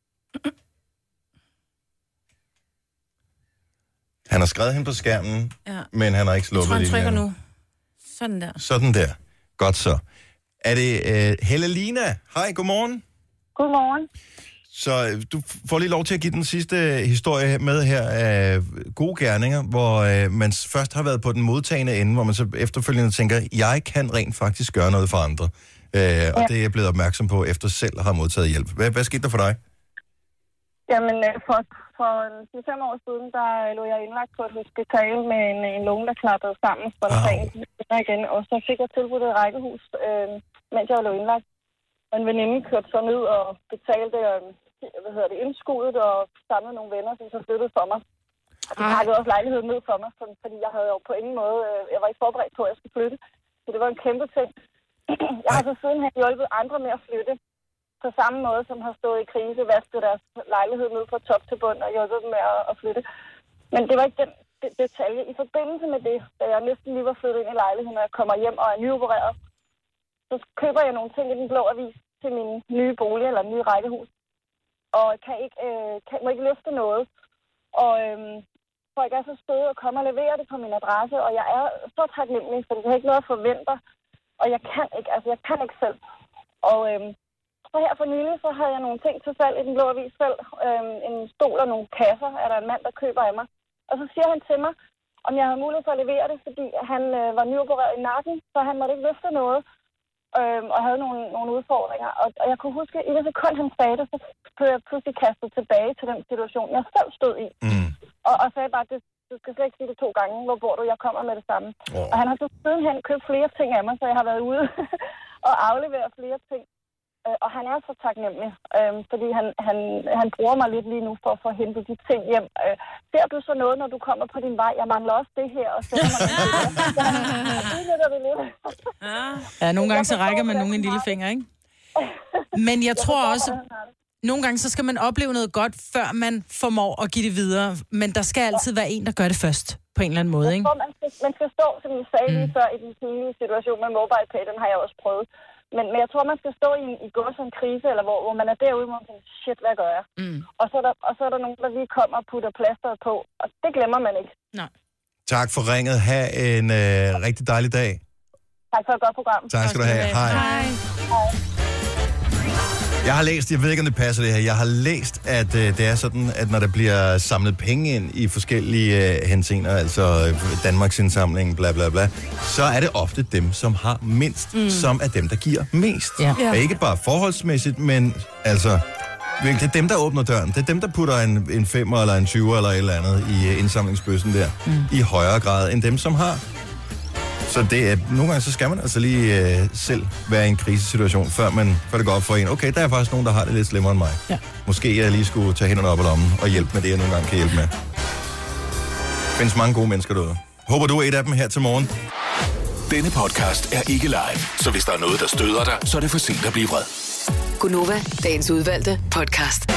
Han har skrevet hende på skærmen, ja. men han har ikke sluppet linjen. Jeg tror, han trykker nu. Sådan der. Sådan der. Godt så. Er det uh, Helle Lina? Hej, godmorgen. Godmorgen. Så du får lige lov til at give den sidste historie med her af gode gerninger, hvor uh, man først har været på den modtagende ende, hvor man så efterfølgende tænker, jeg kan rent faktisk gøre noget for andre. Uh, ja. Og det er jeg blevet opmærksom på, efter selv har modtaget hjælp. Hvad, hvad skete der for dig? Jamen, for, for fem år siden, der lå jeg indlagt på et hospital med en, en lunge, der klappede sammen spontant oh. igen. Og så fik jeg tilbudt et rækkehus, øh, mens jeg lå indlagt. Og en veninde kørte så ned og betalte øh, hvad hedder det, indskuddet og samlede nogle venner, som så flyttede for mig. Og de pakkede også lejligheden ned for mig, fordi jeg havde jo på ingen måde, øh, jeg var ikke forberedt på, at jeg skulle flytte. Så det var en kæmpe ting. Jeg har så sidenhen hjulpet andre med at flytte. På samme måde, som har stået i krise, vasket deres lejlighed ned fra top til bund og hjulpet dem med at, at flytte. Men det var ikke den det, detalje. I forbindelse med det, da jeg næsten lige var flyttet ind i lejligheden, og jeg kommer hjem og er nyopereret, så køber jeg nogle ting i den blå avis til min nye bolig eller nye rækkehus. Og kan ikke, øh, kan, må ikke løfte noget. Og øhm, folk er så støde og kommer og leverer det på min adresse, og jeg er så taknemmelig, for det er ikke noget at forvente. Og jeg kan ikke, altså jeg kan ikke selv. Og øhm, så her for nylig, så havde jeg nogle ting til salg i den blå avis selv. Øhm, en stol og nogle kasser er der en mand, der køber af mig. Og så siger han til mig, om jeg havde mulighed for at levere det, fordi han øh, var nyopereret i nakken, så han måtte ikke løfte noget, øhm, og havde nogle, nogle udfordringer. Og, og jeg kunne huske, at i det sekund, han sagde det, så blev jeg pludselig kastet tilbage til den situation, jeg selv stod i. Mm. Og, og sagde bare, det, du skal slet ikke sige det to gange, hvor bor du, jeg kommer med det samme. Oh. Og han har så sidenhen købt flere ting af mig, så jeg har været ude og aflevere flere ting. Og han er så taknemmelig, øh, fordi han, han, han bruger mig lidt lige nu for at få hentet de ting hjem. Øh, ser du så noget, når du kommer på din vej? Jeg mangler også det her, og sætter mig lidt. Ja, nogle gange så rækker man nogen en lille finger, ikke? Men jeg tror også, nogle gange så skal man opleve noget godt, før man formår at give det videre. Men der skal altid være en, der gør det først, på en eller anden måde, ikke? Man skal, man skal stå, som I sagde lige før, i den tidlige situation med MobilePay, den har jeg også prøvet. Men, men jeg tror, man skal stå i en, i går som en krise, eller hvor, hvor man er derude, hvor man tænker, shit, hvad gør jeg? Mm. Og, så er der, og så er der nogen, der lige kommer og putter plasteret på, og det glemmer man ikke. Nej. Tak for ringet. Ha' en øh, rigtig dejlig dag. Tak for et godt program. Tak skal du have. Hej. Hej. Hej. Jeg har læst, jeg ved ikke, om det passer det her, jeg har læst, at øh, det er sådan, at når der bliver samlet penge ind i forskellige øh, henseender, altså øh, Danmarks indsamling, bla bla bla, så er det ofte dem, som har mindst, mm. som er dem, der giver mest. Ja. Ja. Ikke bare forholdsmæssigt, men altså, det er dem, der åbner døren. Det er dem, der putter en, en femmer eller en tyver eller et eller andet i øh, indsamlingsbøssen der, mm. i højere grad end dem, som har. Så det er, nogle gange så skal man altså lige øh, selv være i en krisesituation, før, man, før det går op for en. Okay, der er faktisk nogen, der har det lidt slemmere end mig. Ja. Måske jeg lige skulle tage hænderne op af lommen og hjælpe med det, jeg nogle gange kan hjælpe med. Der findes mange gode mennesker derude. Håber du er et af dem her til morgen. Denne podcast er ikke live, så hvis der er noget, der støder dig, så er det for sent at blive vred. Gunova, dagens udvalgte podcast.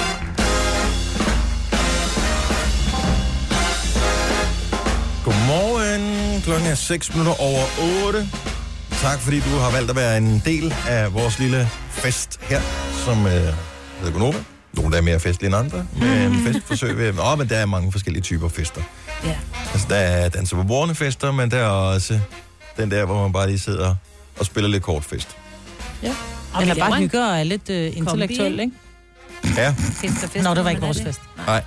Godmorgen. Klokken er seks minutter over otte. Tak fordi du har valgt at være en del af vores lille fest her, som øh, hedder Gunova. Nogle der er mere festlige end andre, men festforsøg ved... Åh, men der er mange forskellige typer fester. Ja. Altså, der er danser på bordene fester, men der er også den der, hvor man bare lige sidder og spiller lidt kort fest. Ja. Eller bare hygger og er lidt øh, intellektuel, ikke? Ja. Fest og fest. Nå, det var ikke vores fest. Nej.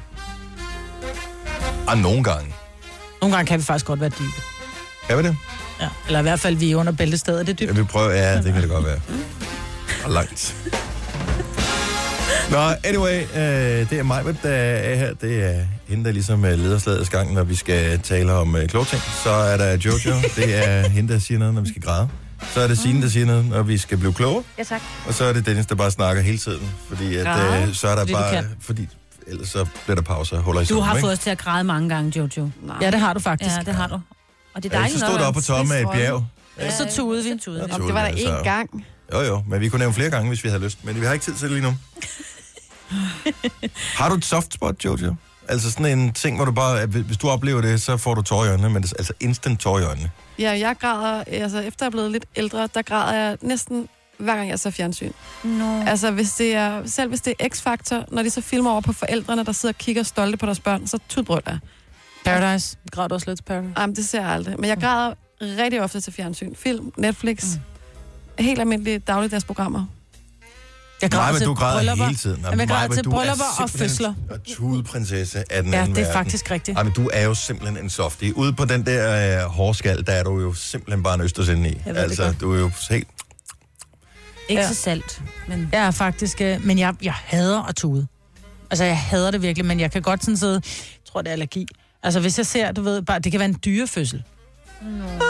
Og nogle gange. Nogle gange kan vi faktisk godt være dybe. Kan vi det? Ja, eller i hvert fald, vi er under bæltestedet, det er dybt. Ja, vi prøver, ja, det kan det godt være. Og langt. Nå, anyway, øh, det er mig, der er her. Det er hende, der ligesom leder slagets gang, når vi skal tale om øh, kloge ting. Så er der Jojo, det er hende, der siger noget, når vi skal græde. Så er det Signe, der siger noget, når vi skal blive klogere. Ja, tak. Og så er det Dennis, der bare snakker hele tiden. Fordi at, øh, så er der fordi bare... Fordi ellers så bliver der pauser og huller i Du sammen, har ikke? fået os til at græde mange gange, Jojo. Nej. Ja, det har du faktisk. Ja, det har du. Og det er Ja, dejligt. så stod der oppe på toppen af et bjerg. Ja, så tudede vi. Så tudede vi. Om det var der én gang. Jo, jo, men vi kunne nævne flere gange, hvis vi havde lyst. Men vi har ikke tid til det lige nu. Har du et soft spot, Jojo? Altså sådan en ting, hvor du bare, hvis du oplever det, så får du tårer i øjnene, men det er altså instant tårer i øjnene. Ja, jeg græder, altså efter jeg er blevet lidt ældre, der græder jeg næsten hver gang jeg ser fjernsyn. No. Altså hvis det er, selv hvis det er X-Factor, når de så filmer over på forældrene, der sidder og kigger stolte på deres børn, så tudbrød jeg. Paradise. Græder du også lidt til Paradise? Jamen, det ser jeg aldrig. Men jeg græder rigtig ofte til fjernsyn. Film, Netflix, mm. helt almindelige dagligdagsprogrammer. Jeg Nej, men til du græder bryllupper. hele tiden. Jamen, jeg græder til bryllupper og fødsler. Og tudeprinsesse af den ja, anden det er verden. faktisk rigtigt. Jamen, du er jo simpelthen en softie. Ude på den der øh, hårskal, der er du jo simpelthen bare en østersinde i. Altså, du er jo helt... Ikke ja. så salt, men... Jeg er faktisk... Øh, men jeg, jeg hader at tude. Altså, jeg hader det virkelig, men jeg kan godt sådan sidde... Jeg tror, det er allergi. Altså, hvis jeg ser, du ved, bare... Det kan være en dyrefødsel. Nå.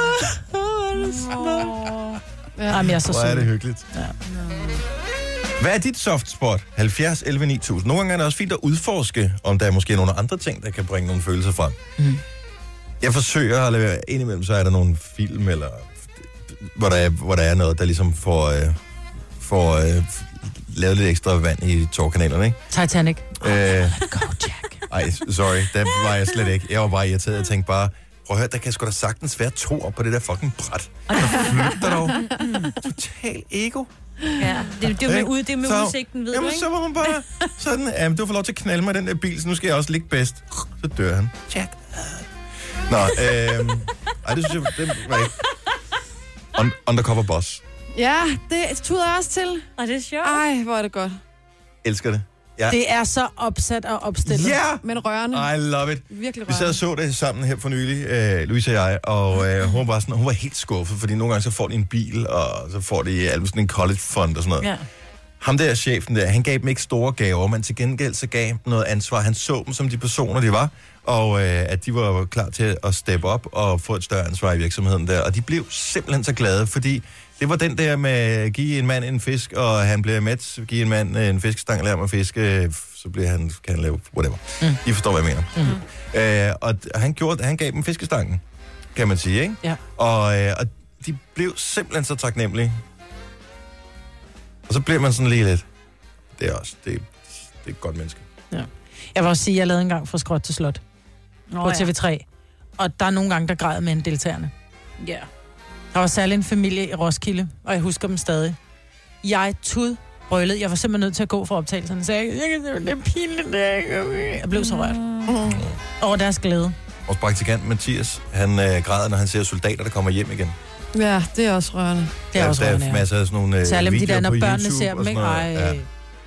Nå. Jamen, jeg er så Hvor er det hyggeligt. Ja. Hvad er dit soft spot? halvfjerds elleve ni tusind. Nogle gange er det også fint at udforske, om der er måske nogle andre ting, der kan bringe nogle følelser frem. Mm. Jeg forsøger at lade indimellem, så er der nogle film, eller hvor der er, hvor der er noget, der ligesom får, øh, får øh, lavet lidt ekstra vand i tårkanalerne, ikke? Titanic. Øh, Go, Jack. Ej, sorry, der var jeg slet ikke. Jeg var bare irriteret. Jeg tænkte bare, prøv at høre, der kan sgu da sagtens være to på det der fucking bræt. Flyt dig dog. Total ego. Ja, det, det er med, ud, det er med så, udsigten, ved jamen, du, ikke? så var man bare sådan, jamen, du får lov til at knalde mig i den der bil, så nu skal jeg også ligge bedst. Så dør han. Jack. Nå, øhm, ej, det synes jeg, det var ikke. Un- undercover boss. Ja, det tuder jeg også til. Og det er sjovt. Ej, hvor er det godt. Elsker det. Ja. Det er så opsat og opstillet. Ja! Yeah! Men rørende. I love it. Virkelig rørende. Vi sad og så det sammen her for nylig, øh, Louise og jeg, og øh, hun, var sådan, hun var helt skuffet, fordi nogle gange så får de en bil, og så får de alt sådan en college fund og sådan noget. Ja. Ham der, chefen der, han gav dem ikke store gaver, men til gengæld så gav dem noget ansvar. Han så dem som de personer, de var, og øh, at de var klar til at steppe op og få et større ansvar i virksomheden der. Og de blev simpelthen så glade, fordi det var den der med at give en mand en fisk, og han bliver mæt, give en mand en fiskestang, lærer mig at fiske, så bliver han, kan han lave whatever. Mm. I forstår, hvad jeg mener. Mm. Øh, og han, gjorde, han gav dem fiskestangen, kan man sige, ikke? Ja. Og, øh, og de blev simpelthen så taknemmelige. Og så bliver man sådan lige lidt. Det er også, det, det er et godt menneske. Ja. Jeg vil også sige, at jeg lavede en gang fra Skråt til Slot Nå, på T V tre. Ja. Og der er nogle gange, der græder med en deltagerne. Ja. Yeah. Der var særlig en familie i Roskilde, og jeg husker dem stadig. Jeg tud brølede. Jeg var simpelthen nødt til at gå for optagelserne. Så jeg, jeg det er pinligt, det jeg blev så rørt. Mm. Over deres glæde. Vores praktikant Mathias, han øh, græder, når han ser soldater, der kommer hjem igen. Ja, det er også rørende. Det er ja, også der rørende, er ja. masser af sådan nogle øh, særligt de der, når på børnene YouTube ser dem, ikke? Ej. Ja.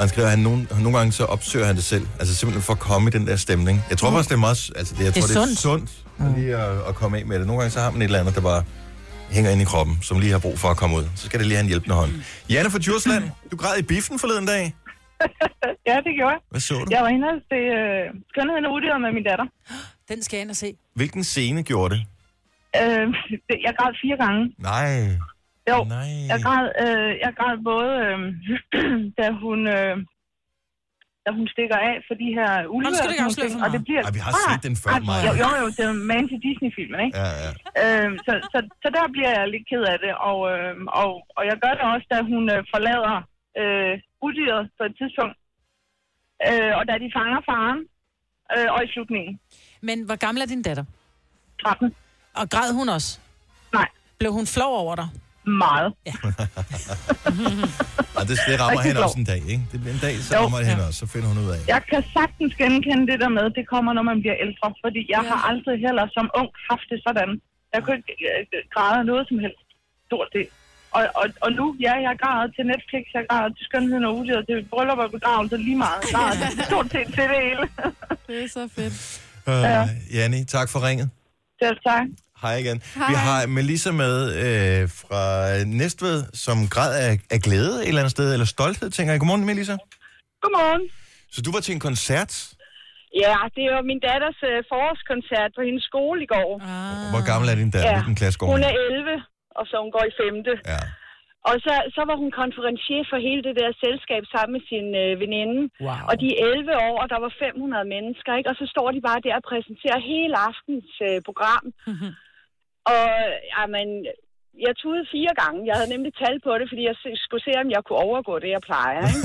han skriver, at han nogle, nogle gange så opsøger han det selv. Altså simpelthen for at komme i den der stemning. Jeg tror mm. også, det er meget... Altså, det, jeg det tror, er det er sundt, sundt lige at, at komme af med det. Nogle gange så har man et eller andet, der bare hænger ind i kroppen, som lige har brug for at komme ud. Så skal det lige have en hjælpende hånd. Janne fra Djursland, du græd i biffen forleden dag. Ja, det gjorde jeg. Hvad så du? Jeg var inde og se øh, Skønheden og Udyret med min datter. Den skal jeg ind og se. Hvilken scene gjorde det? Øh, det jeg græd fire gange. Nej. Jo, Nej. jeg græd, øh, jeg græd både, øh, da hun... Øh, da hun stikker af for de her ulykker, og, og det bliver... Ej, vi har set den før, Maja. Jo, jo, jo, det er man til Disney-filmen, ikke? Ja, ja. Øhm, så, så, så der bliver jeg lidt ked af det, og, øh, og, og jeg gør det også, da hun øh, forlader øh, udyret på et tidspunkt, øh, og da de fanger faren, øh, og i slutningen. Men hvor gammel er din datter? tretten. Og græd hun også? Nej. Blev hun flov over dig? Meget. Ja. Og det, det rammer hende også en dag, ikke? Det bliver en dag, så rammer det hende også, så finder hun ud af. Jeg kan sagtens genkende det der med, det kommer, når man bliver ældre, fordi jeg ja. har aldrig heller som ung haft det sådan. Jeg kunne ikke øh, græde noget som helst, stort det. Og, og, og nu, ja, jeg græder til Netflix, jeg græder til Skønheden og Udyret, til bryllup og begravelse lige meget. Jeg græder stort set til det hele. Det er så fedt. Uh, ja. Janni, tak for ringet. Selv tak. Hej igen. Hej. Vi har Melissa med øh, fra Næstved, som græd af, af glæde et eller andet sted, eller stolthed, tænker jeg. Godmorgen, Melissa. Godmorgen. Så du var til en koncert? Ja, det var min datters øh, forårskoncert på hendes skole i går. Ah. Hvor gammel er din datter? Ja. Hvilken klasse går hun? Hun er elleve, og så hun går i femte. Ja. Og så, så var hun konferencier for hele det der selskab sammen med sin øh, veninde. Wow. Og de elleve år, og der var fem hundrede mennesker, ikke? Og så står de bare der og præsenterer hele aftens øh, program. Mm-hmm. Og jamen, jeg tudede fire gange. Jeg havde nemlig tal på det, fordi jeg skulle se, om jeg kunne overgå det, jeg plejer. Ikke?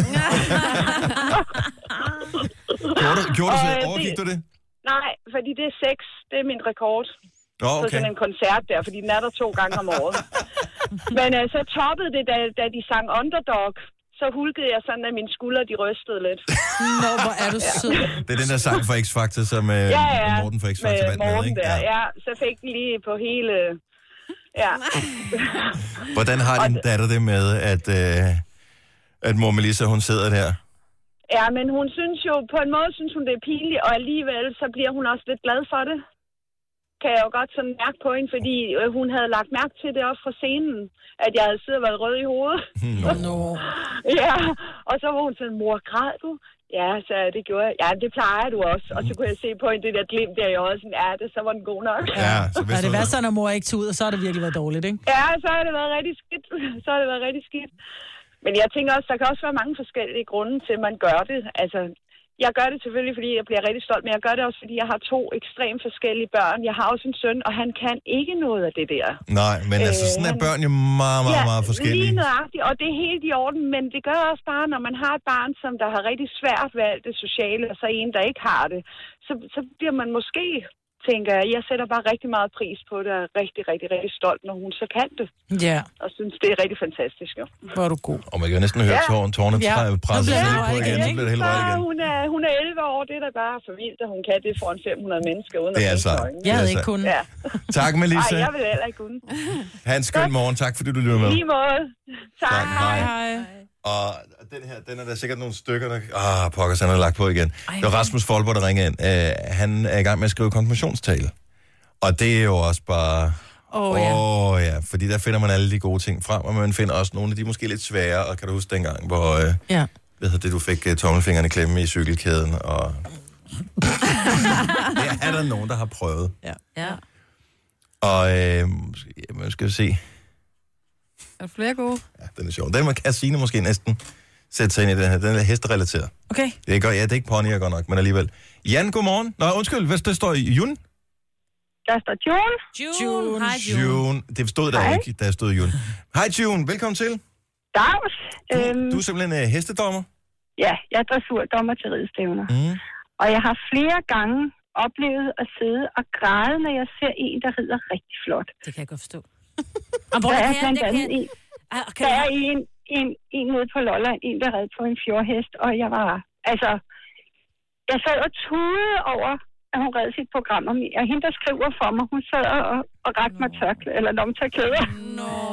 gjorde du, gjorde du så? Og, Overgik det, du det? Nej, fordi det er seks. Det er min rekord. Oh, okay. Så sådan en koncert der, fordi den er der to gange om året. Men uh, så toppede det, da, da de sang Underdog. Så hulkede jeg sådan, at mine skuldre, de rystede lidt. Nå, hvor er du sød. Det er den der sang for X-Factor, som uh, ja, ja, Morten for X-Factor vandt med, ikke? Der. Ja. ja, så fik den lige på hele... Ja. Hvordan har din datter det med, at, uh, at mor Melissa, hun sidder der? Ja, men hun synes jo, på en måde synes hun, det er pinligt, og alligevel så bliver hun også lidt glad for det. Kan jeg jo godt sådan mærke på hende, fordi øh, hun havde lagt mærke til det også fra scenen, at jeg havde siddet og været rød i hovedet. No. no. Ja, og så var hun sådan, mor, græd du? Ja, så det gjorde jeg. Ja, det plejer du også. Og så kunne jeg se på hende det der glimt der i øjet, sådan, ja, det, så var den god nok. Ja, så hvis det værste, når mor ikke tog ud, og så har det virkelig været dårligt, ikke? Ja, så har det været rigtig skidt. Så har det været rigtig skidt. Men jeg tænker også, der kan også være mange forskellige grunde til, at man gør det. Altså, jeg gør det selvfølgelig, fordi jeg bliver rigtig stolt, men jeg gør det også, fordi jeg har to ekstremt forskellige børn. Jeg har også en søn, og han kan ikke noget af det der. Nej, men altså, sådan er børn jo meget, meget, ja, meget forskellige. Lige nøjagtigt, og det er helt i orden, men det gør også bare, når man har et barn, som der har rigtig svært ved alt det sociale, og så en, der ikke har det, så, så bliver man måske, tænker jeg, jeg sætter bare rigtig meget pris på det, og er rigtig, rigtig, rigtig stolt, når hun så kan det. Ja. Og synes, det er rigtig fantastisk, jo. Hvor er du god. Og man kan jo næsten høre ja. tårne, tårne ja. presset ja. på igen, så bliver det helt rødt igen. Hun er, hun er elleve år, det er da bare for vildt, at hun kan det foran fem hundrede mennesker. Uden det er at altså. Jeg havde ikke kunnet. Ja. Tak, Melissa. Nej, jeg vil heller ikke kunne. Ha' en skøn morgen. Tak, fordi du lytter med. Lige måde. Tak. tak. Hej. Hej. Og den her, den er der sikkert nogle stykker, der... Ah, pokkers, han har lagt på igen. Ej, det var Rasmus Folborg, der ringede ind. Uh, han er i gang med at skrive konfirmationstale. Og det er jo også bare... Åh oh, ja. Oh, ja, fordi der finder man alle de gode ting frem, og man finder også nogle af de måske lidt svære, og kan du huske dengang, hvor... Uh, ja. Hvad hedder det, du fik uh, tommelfingeren i klemme i cykelkæden, og... det er der nogen, der har prøvet. Ja. ja. Og, øh, man skal se... Er der flere gode? Ja, den er sjov. Den kan Signe måske næsten sætte sig ind i den her. Den er hesterelateret. Okay. Det er, godt, ja, det er ikke ponyer godt nok, men alligevel. Jan, godmorgen. Nå, undskyld, hvad der står i June? Der står June. June. June. Hej, June. June. Det stod der ikke, der stod June. Hej, June. Velkommen til. Dags. Du, øhm, du er simpelthen uh, hestedommer? Ja, jeg er dressurdommer til ridestævner. Mm. Og jeg har flere gange oplevet at sidde og græde, når jeg ser en, der rider rigtig flot. Det kan jeg godt forstå. Og hvor der er kan blandt jeg, andet kan... en, okay. Der er en, en, en nede på Lolland, en, der red på en fjordhest, og jeg var, altså, jeg sad og tudede over, at hun redde sit program om mig. Og hende, der skriver for mig, hun sad og, og rakte mig tørklæde, eller lomtørklæder. No.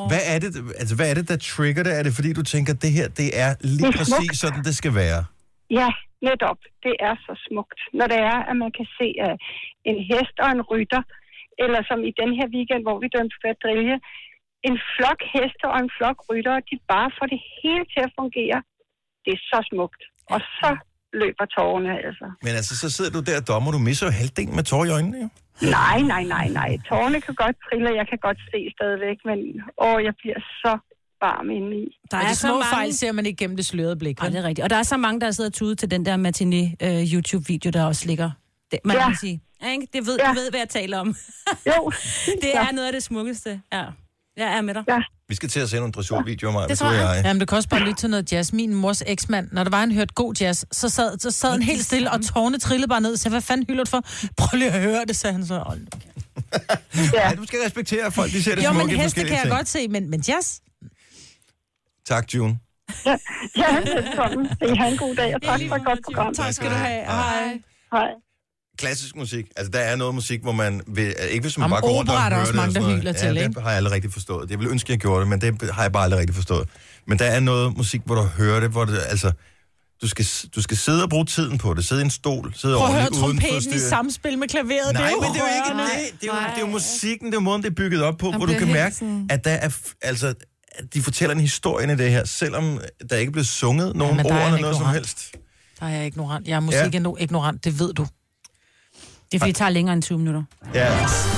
Hvad er det, altså, hvad er det, der trigger det? Er det, fordi du tænker, at det her, det er lige Det er præcis smukt. sådan, det skal være? Ja, netop. Det er så smukt. Når det er, at man kan se uh, en hest og en rytter, eller som i den her weekend, hvor vi dømte kvadrille, en flok heste og en flok rytter, de bare får det hele til at fungere. Det er så smukt. Og så løber tårerne altså. Men altså, så sidder du der og dommer, du misser jo halvdelen med tårer i øjnene, jo. Nej, nej, nej, nej. Tårerne kan godt trille, jeg kan godt se stadigvæk, men åh, jeg bliver så varm indeni. Der Men er de så små mange... fejl ser man ikke gennem det slørede blik. Ej, det er rigtigt. Og der er så mange, der sidder tude til den der matinee uh, YouTube-video, der også ligger. Det, man Ja. kan sige. Ja, ikke? Det ved, Ja. Du ved, hvad jeg taler om. Jo. Det Ja. er noget af det smukkeste. Ja. Jeg er med dig. Ja. Vi skal til at se nogle dressurvideoer, Maja. Det tror jeg. Jamen, det kan også bare lytte til noget jazz. Min mors eksmand, når der var en hørt god jazz, så sad, så sad han helt stille, og tårne trillede bare ned og sagde, hvad fanden hylder du for? Prøv lige at høre det, sagde han så. Hold nu. Ja, du skal respektere, at folk de ser det Jo, smukke men i heste forskellige kan jeg ting. godt se, men, men jazz? Tak, June. Ja, ja, velkommen. Det er en god dag, og tak for et godt program. Tak skal du have. Hej. Hej. Klassisk musik. Altså, der er noget musik, hvor man... Vil, ikke hvis man Om bare går rundt og opera er der hører også det. mange, og sådan der noget. hyler ja, til, det ikke? har jeg aldrig rigtig forstået. Jeg ville ønske, jeg gjorde det, men det har jeg bare aldrig rigtig forstået. Men der er noget musik, hvor du hører det, hvor det... Altså, du skal, du skal sidde og bruge tiden på det. Sidde i en stol. Sidde Prøv at høre ordentligt uden trompeten i forstyrre. samspil med klaveret. Nej, det er jo men det er jo ikke rørende. det. Det er jo, det er jo musikken, det er jo måden, det er bygget op på, Man hvor du bliver kan helt mærke, sådan- at der er... f- Altså, at de fortæller en historie i det her, selvom der ikke blev sunget nogen men der ord er en eller noget som ignorant. helst. Der er jeg ignorant. Jeg er musik Ja. ja. ignorant, det ved du. Det er fordi, det tager længere end tyve minutter. Ja.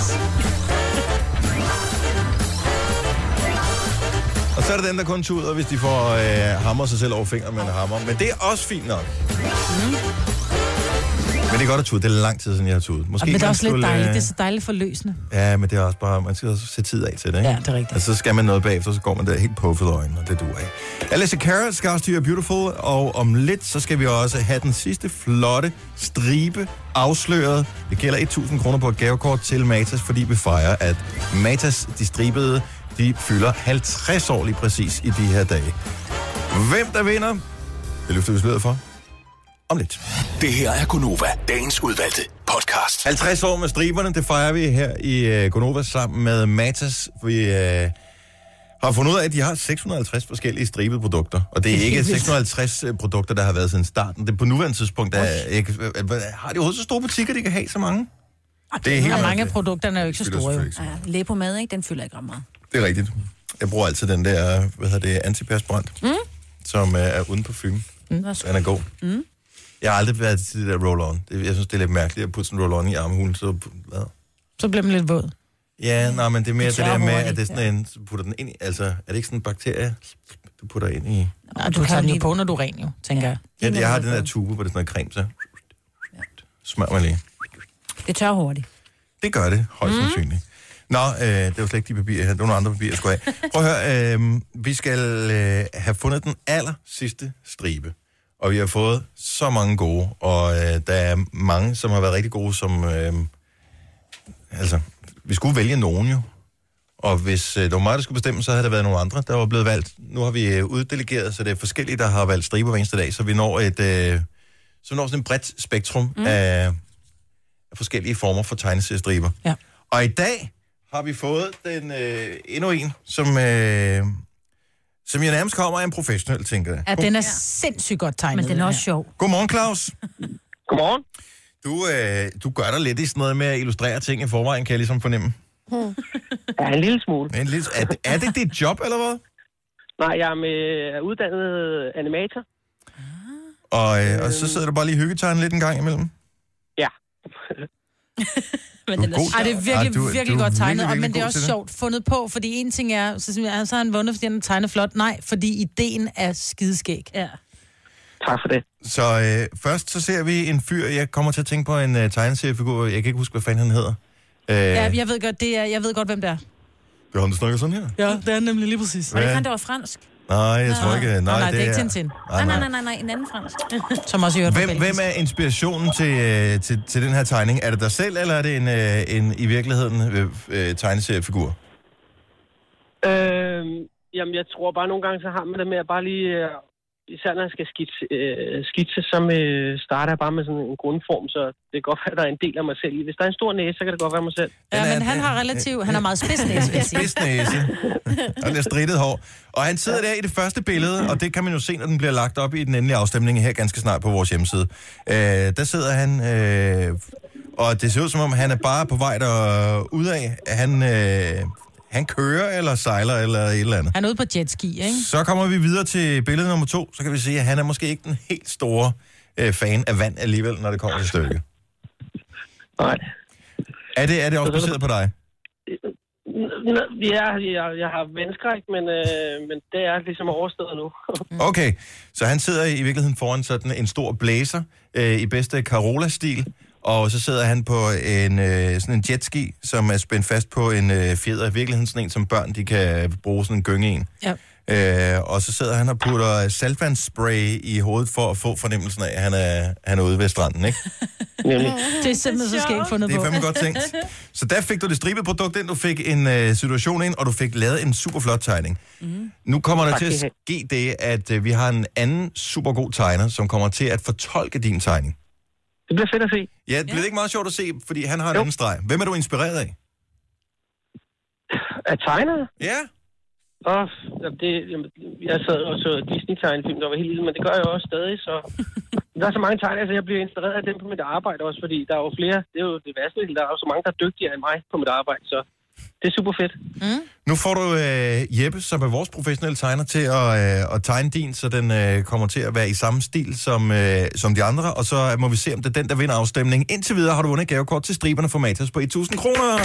Og så er der dem, der kun tuder, hvis de får øh, hammer sig selv over fingeren med en hammer. Men det er også fint nok. Mm. Men det er godt at tude. Det er lang tid siden, jeg har tudet. Måske Og, men det er man også lidt skulle, dejligt. øh, Det er så dejligt forløsende. Ja, men det er også bare, man skal også sætte tid af til det, ikke? Ja, det er rigtigt. Og så skal man noget bagefter, så går man der helt puffet øjnene, og det duer ikke. Alicia Cara, Scars to Your Beautiful, og om lidt, så skal vi også have den sidste flotte stribe afsløret. Det gælder tusind kroner på et gavekort til Matas, fordi vi fejrer, at Matas, de stribede, de fylder halvtreds år lige præcis i de her dage. Hvem der vinder, det løfter vi sløret for om lidt. Det her er Gonova, dagens udvalgte podcast. halvtreds år med striberne, det fejrer vi her i uh, Gonova sammen med Matas. Vi uh, har fundet ud af, at de har seks hundrede og halvtreds forskellige stribede produkter. Og det er ikke seks hundrede og halvtreds produkter, der har været siden starten. Det er på nuværende tidspunkt, der er ikke, har de overhovedet så store butikker, de kan have så mange? Det er helt Og mange af produkterne er jo ikke så Det er store, jo. selvfølgelig Ja, læge på mad, ikke? Den fylder ikke ret meget. Det er rigtigt. Jeg bruger altid den der, hvad hedder det, antiperspirant, mm. som uh, er uden parfume. Mm. Den er god. Mm. Jeg Jeg har aldrig været til det der roll-on. Det, jeg synes, det er lidt mærkeligt at putte sådan en roll-on i armhulen. Så, hvad? Så bliver man lidt våd. Ja, nej, men det er mere Det det, tør der med, hurtigt, at det er sådan en, så putter den ind i, altså, er det ikke sådan en bakterie, du putter ind i? Nej, du tager den jo på, når du er ren, jo, tænker jeg. Ja, jeg har den der tube, hvor det er sådan noget creme, så smør mig lige. Det tør hurtigt. Det gør det, højst Mm. sandsynligt. Nå, øh, det var slet ikke de papirer her. Det var nogle andre papirer, jeg skulle have. Prøv at høre, øh, vi skal øh, have fundet den aller sidste stribe. Og vi har fået så mange gode, og øh, der er mange, som har været rigtig gode, som... Øh, altså, vi skulle vælge nogen jo. Og hvis øh, det var mig, der skulle bestemme, så havde der været nogle andre, der var blevet valgt. Nu har vi øh, uddelegeret, så det er forskellige, der har valgt striber hver eneste dag, så vi når et... Øh, så vi når sådan et bredt spektrum mm. af, af forskellige former for tegneseriestriber. Ja. Og i dag har vi fået den øh, endnu en, som, øh, som jeg nærmest kommer af en professionel, tænker jeg. Ja, den er sindssygt godt tegnet. Men den er også sjov. Godmorgen, Claus. Godmorgen. Du, øh, du gør dig lidt i sådan noget med at illustrere ting i forvejen, kan jeg ligesom fornemme. Hmm. Ja, en lille smule. En lille, er, er det dit job, eller hvad? Nej, jeg er med er uddannet animator. Og, øh, og så sidder du bare lige hyggetegnet lidt en gang imellem? Ja. Men Du er den er, god. ej, det er virkelig, Ej, du er- virkelig du er godt tegnet, virkelig, og, virkelig men det er god også til det. sjovt fundet på, fordi en ting er, så, så, så har han vundet, fordi han tegner flot. Nej, fordi ideen er skideskæg. Ja. Tak for det. Så øh, først så ser vi en fyr, jeg kommer til at tænke på en øh, tegneseriefigur, jeg kan ikke huske, hvad fanden han hedder. Øh, Ja, jeg ved godt, det er, jeg ved godt, hvem det er. Det er ham, der snakker sådan her? Ja, det er nemlig lige præcis. Var det ikke han, der var fransk? Nej, jeg tror ikke. Nej, nej, nej, det er ikke er- Tintin. Nej, Nej, nej, nej. nej, nej, nej, en anden fransk. Som også hørt Hvem, hvem er inspirationen til, øh, til, til den her tegning? Er det dig selv, eller er det en, øh, en i virkeligheden øh, øh, tegneseriefigur? Øh, jamen, jeg tror bare, nogle gange, så har man det med at bare lige øh, især når jeg skal skitse, øh, skitse så med, starter jeg bare med sådan en grundform, så det kan godt være, at der er en del af mig selv i. Hvis der er en stor næse, så kan det godt være mig selv. Ja, men han har relativt, han har meget spids næse, vil jeg sige. Spids næse. Og det er strittet hår. Og han sidder der i det første billede, og det kan man jo se, når den bliver lagt op i den endelige afstemning her ganske snart på vores hjemmeside. Øh, der sidder han, øh, og det ser ud som om, han er bare på vej derudad. Han... Øh, Han kører eller sejler eller et eller andet. Han er ude på jetski, ikke? Så kommer vi videre til billede nummer to. Så kan vi se, at han er måske ikke den helt store øh, fan af vand alligevel, når det kommer til stykket. Nej. Er det, er det også baseret på dig? Ja, jeg, jeg har venskræk, men, øh, men det er ligesom overstået nu. Okay, så han sidder i virkeligheden foran sådan en stor blæser øh, i bedste Carola-stil. Og så sidder han på en øh, sådan en jetski, som er spændt fast på en øh, fjeder. I virkeligheden sådan en, som børn de kan bruge sådan en gynge i en. Ja. Øh, og så sidder han og putter saltvandsspray i hovedet for at få fornemmelsen af, at han er, han er ude ved stranden, ikke? Det er simpelthen så skægt fundet på. Det er fandme godt tænkt. Så der fik du det stribede produkt ind, du fik en øh, situation ind, og du fik lavet en super flot tegning. Mm. Nu kommer der Tak, til at det ske det, at øh, vi har en anden super god tegner, som kommer til at fortolke din tegning. Det bliver fedt at se. Ja, det bliver ikke meget sjovt at se, fordi han har en jo. anden streg. Hvem er du inspireret af? Af tegnere? Ja. Og det, jeg sad og så Disney-tegnefilm, der var helt lille, men det gør jeg også stadig, så der er så mange tegnere, så jeg bliver inspireret af dem på mit arbejde også, fordi der er jo flere, det er jo det værste, der er jo så mange, der er dygtigere end mig på mit arbejde, så det er super fedt. Mm. Nu får du øh, Jeppe, som er vores professionelle tegner, til at, øh, at tegne din, så den øh, kommer til at være i samme stil som, øh, som de andre, og så må vi se, om det er den, der vinder afstemningen. Indtil videre har du vundet gavekort til Striberne for Matas på tusind kroner.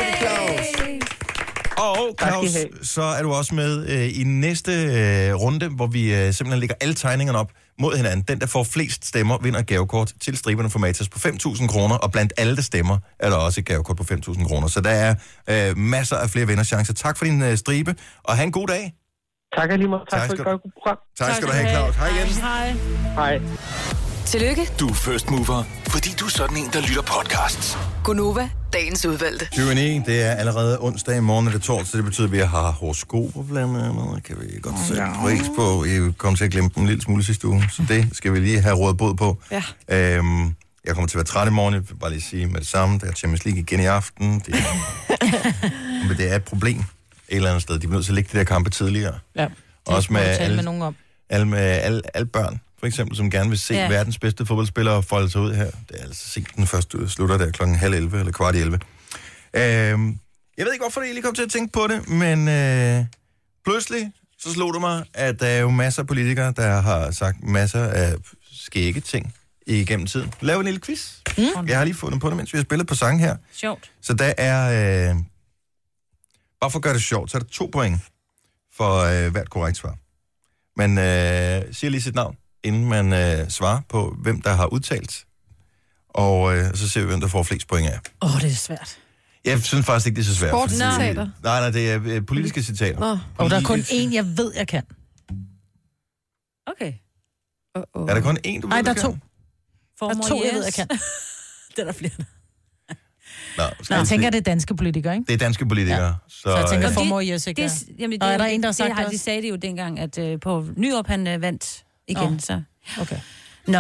Og Claus, så er du også med øh, i næste øh, runde, hvor vi øh, simpelthen lægger alle tegningerne op mod hinanden. Den, der får flest stemmer, vinder gavekort til Striberne for Matas på fem tusind kroner, og blandt alle, der stemmer, er der også et gavekort på fem tusind kroner. Så der er øh, masser af flere vinderchancer. Tak for din øh, stribe, og have en god dag. Tak alligevel. Tak, tak for et godt program. Tak, tak skal du have, Claus. Hej igen. Hej. Hej. Tillykke. Du er first mover, fordi du er sådan en, der lytter podcasts. Gunova, dagens udvalgte. tyve ni, det er allerede onsdag i morgen, og det er torsdag. Det betyder, at vi har horoskoper blandt andet. Kan vi godt sætte pris på. Jeg kom til at glemme dem en lille smule sidste uge, så det skal vi lige have rådet bod på. Ja. Øhm, jeg kommer til at være træt i morgen. Jeg vil bare lige sige med det samme. Der er Champions League igen i aften. Det er, men det er et problem et eller andet sted. De bliver nødt til at lægge de der kampe tidligere. Ja. Også med alle, med nogen om. alle, med alle, alle børn, for eksempel, som gerne vil se Ja. verdens bedste fodboldspillere folde sig ud her. Det er altså sent den første slutter der klokken halv elleve eller kvart i elleve. Øhm, jeg ved ikke, hvorfor jeg lige kom til at tænke på det, men øh, pludselig så slog det mig, at der er jo masser af politikere, der har sagt masser af skægge ting igennem tiden. Lav en lille quiz. Mm. Jeg har lige fundet på det, mens vi har spillet på sang her. Sjovt. Så der er, øh, bare for at gøre det sjovt, så er der to point for øh, hvert korrekt svar. Man øh, siger lige sit navn, inden man øh, svarer på, hvem der har udtalt. Og øh, så ser vi, hvem der får flest point af. Åh, oh, det er svært. Jeg synes faktisk ikke, det er så svært. Sportscitater? Fordi, nej, nej, det er øh, politiske citater. Nå. Og der er kun én, jeg ved, jeg kan. Okay. Uh-oh. Er der kun én, du ved, Nej, der er du to. kan? Der er to, jeg ved, jeg kan. Det er der flere. Nå, Nå, jeg tænker, det er danske politikere, ikke? Det er danske politikere. Ja. Så, Så jeg tænker, øh, formår Jes ikke. Det, jamen, Og det, er der en, der har det, sagt det, har, det de også? sagde det jo dengang, at uh, på Nyrup han uh, vandt igen, Nå. så... Okay. Nå.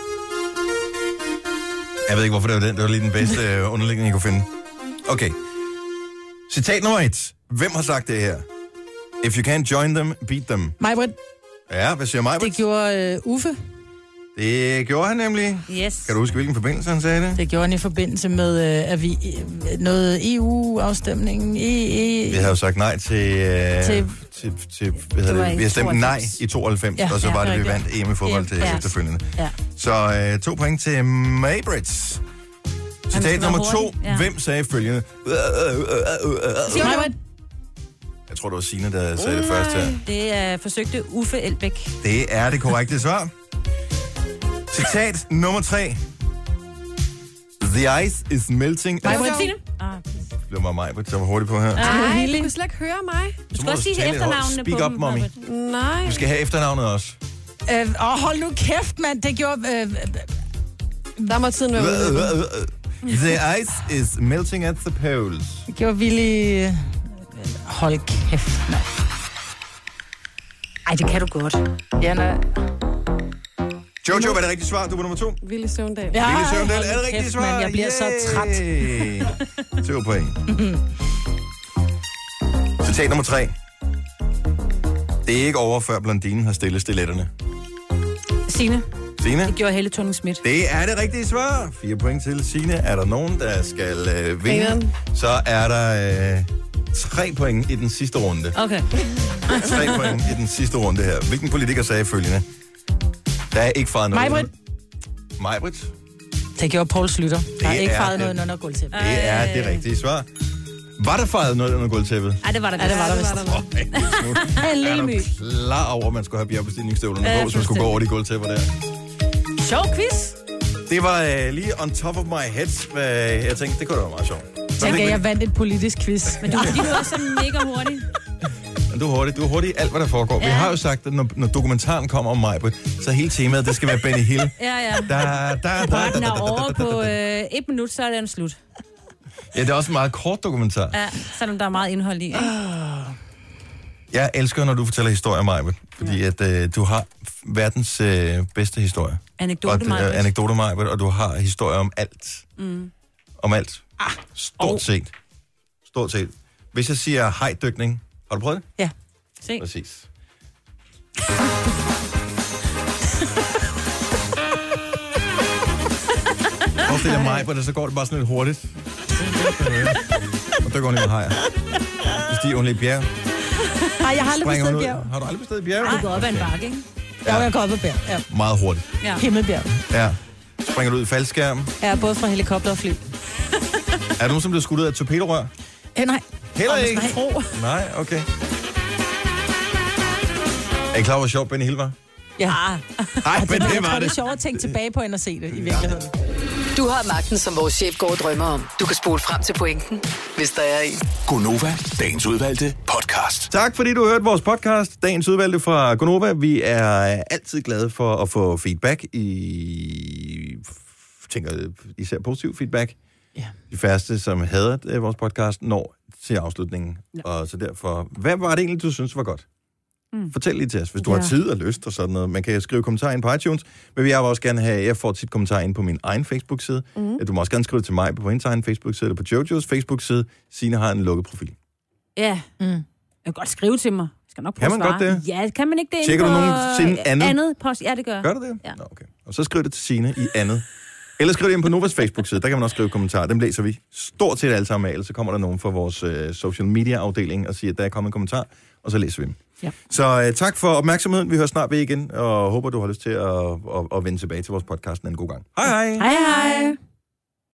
Jeg ved ikke, hvorfor det var den. Det var lige den bedste øh, underlægning, jeg kunne finde. Okay. Citat nummer et. Hvem har sagt det her? If you can't join them, beat them. Majbrit, Ja, hvad siger mig? det gjorde uh, Uffe. Det gjorde han nemlig. Yes. Kan du huske, hvilken forbindelse han sagde det? Det gjorde han i forbindelse med, uh, at vi, uh, noget E U-afstemningen. E, e, Vi havde jo sagt nej til... Øh, Til- til, til hvad hedder var det? i Vi har stemt nej tooghalvfems. i tooghalvfems, Ja, og så ja, var det, vi rigtigt. vandt E M i fodbold til Ja. efterfølgende. Ja. Så øh, to point til Maybrit. Citat være nummer to. hurtig, ja. Hvem sagde følgende? Siger du? Majbrit, Jeg tror, det var Signe, der sagde det først her. Det er forsøgte Uffe Elbæk. Det er det korrekte svar. Citat nummer tre. The ice is melting. Majbrit. Ah, Det blev mig Majbrit, så var hurtigt på her. Ej, du kunne slet ikke høre mig. du skal også sige tale lidt højt. efternavnene Speak på up, dem, mommy. Majbrit. Nej. Du skal have efternavnet også. øh, åh, hold nu kæft, mand. Det gjorde... Øh, Der må tiden være ude. The ice is melting at the poles. det gjorde Willy... øh, Hold kæft, mand. Ej, det kan du godt. Ja, nej. Jojo, var det rigtigt svar? Du var nummer to. Ville Søvndal. Ja, Ville Søvndal, er det rigtigt kæft, svar? mand, jeg bliver så træt. to point. Citat nummer tre. Det er ikke over, før blondinen har stillet stiletterne. Signe. Signe? Det gjorde Helle Thorning-Schmidt. Det er det rigtige svar. Fire point til Signe. Er der nogen, der skal øh, vinde, Amen. så er der øh, tre point i den sidste runde. Okay. Tre point i den sidste runde her. Hvilken politiker sagde følgende? Der er ikke faret noget... Majbrit. Majbrit? Det gjorde Poul Slytter. Der er ikke faret noget det, under gulvtæppet. Det er det rigtige svar. Var der fejret noget under gulvtæppet? Ej, det var der Ja, det var der vist. En lille my. Klar over, at man skulle have bjergbestigningsstøvlerne Ja, på, hvis man skulle gå over de gulvtæpper der. Sjov quiz. Det var øh, lige on top of my head, hvad jeg tænkte, det kunne da være meget sjovt. Så gav jeg vandt et politisk quiz. Men du, fordi du er så mega hurtig. Men du er hurtig. Du er hurtig i alt, hvad der foregår. Ja. Vi har jo sagt, at når, når dokumentaren kommer om mig, så hele temaet, det skal være Benny Hill. Ja, ja. Da, da, da, Når da, den da, er da, over da, da, på da, da. øh, et minut, så er den slut. Ja, det er også en meget kort dokumentar. Ja, selvom der er meget indhold i. Ikke? Jeg elsker, når du fortæller historier, Majbet, fordi ja. at øh, du har verdens øh, bedste historie. Anekdote, og, Majbet. øh, Anekdote, Majbet, og du har historier om alt. Mm. Om alt. Ah, Stort oh. set. Stort set. Hvis jeg siger hajdykning, har du prøvet det? Ja. Se. Præcis. Forestil dig mig, hvor det så går det bare sådan lidt hurtigt. Og dykker hun i med hajer. Så stiger hun lidt i bjerg. Nej, jeg har aldrig Springer hun bestedet ud. bjerg. Har du aldrig bestedet bjerg? Du går op ad en bakke, ikke? Ja, jeg går op ad bjerg. Ja. Meget hurtigt. Ja. Himmelbjerg. Ja. Springer du ud i faldskærm? Ja, både fra helikopter og fly. Er der nogen, som bliver skudt ud af et torpedorør? Eh, nej. Heller Og ikke? man skal tro. Nej, okay. Er I klar over, hvor sjovt Benny Hill var? Ja. Nej, men det jeg var tror, det er det. sjovt at tænke tilbage på, end at se det i virkeligheden. Du har magten, som vores chef går og drømmer om. Du kan spole frem til pointen, hvis der er en. Gonova, dagens udvalgte podcast. Tak fordi du hørte vores podcast, dagens udvalgte fra Gonova. Vi er altid glade for at få feedback i... tænker især positiv feedback. Ja. De færreste, som hader vores podcast, når til afslutningen. Ja. Og så derfor, hvad var det egentlig, du synes var godt? Mm. Fortæl lige til os, hvis du ja. har tid og lyst og sådan noget. Man kan skrive kommentarer ind på iTunes, men jeg vil også gerne have, jeg får tit kommentarer ind på min egen Facebook-side. Mm. Du må også gerne skrive det til mig på hendes egen Facebook-side, eller på Jojos Facebook-side. Signe har en lukket profil. Ja. Mm. Jeg kan godt skrive til mig. Jeg skal nok prøve kan man at svare. godt det? Ja, kan man ikke det? Tjekker du på nogensinde andet? Andet post? Ja, det gør jeg. Gør du det? Ja. Nå, okay. Og så skriv det til Signe i andet. Eller skriv det ind på Novas Facebook-side. Der kan man også skrive kommentarer. Dem læser vi stort set alle sammen af. Eller så kommer der nogen fra vores uh, social media-afdeling og siger, at der er kommet en kommentar, og så læser vi dem. Ja. Så uh, tak for opmærksomheden. Vi hører snart ved igen, og håber, du har lyst til at, at, at vende tilbage til vores podcast en anden god gang. Hej hej! Hej hej!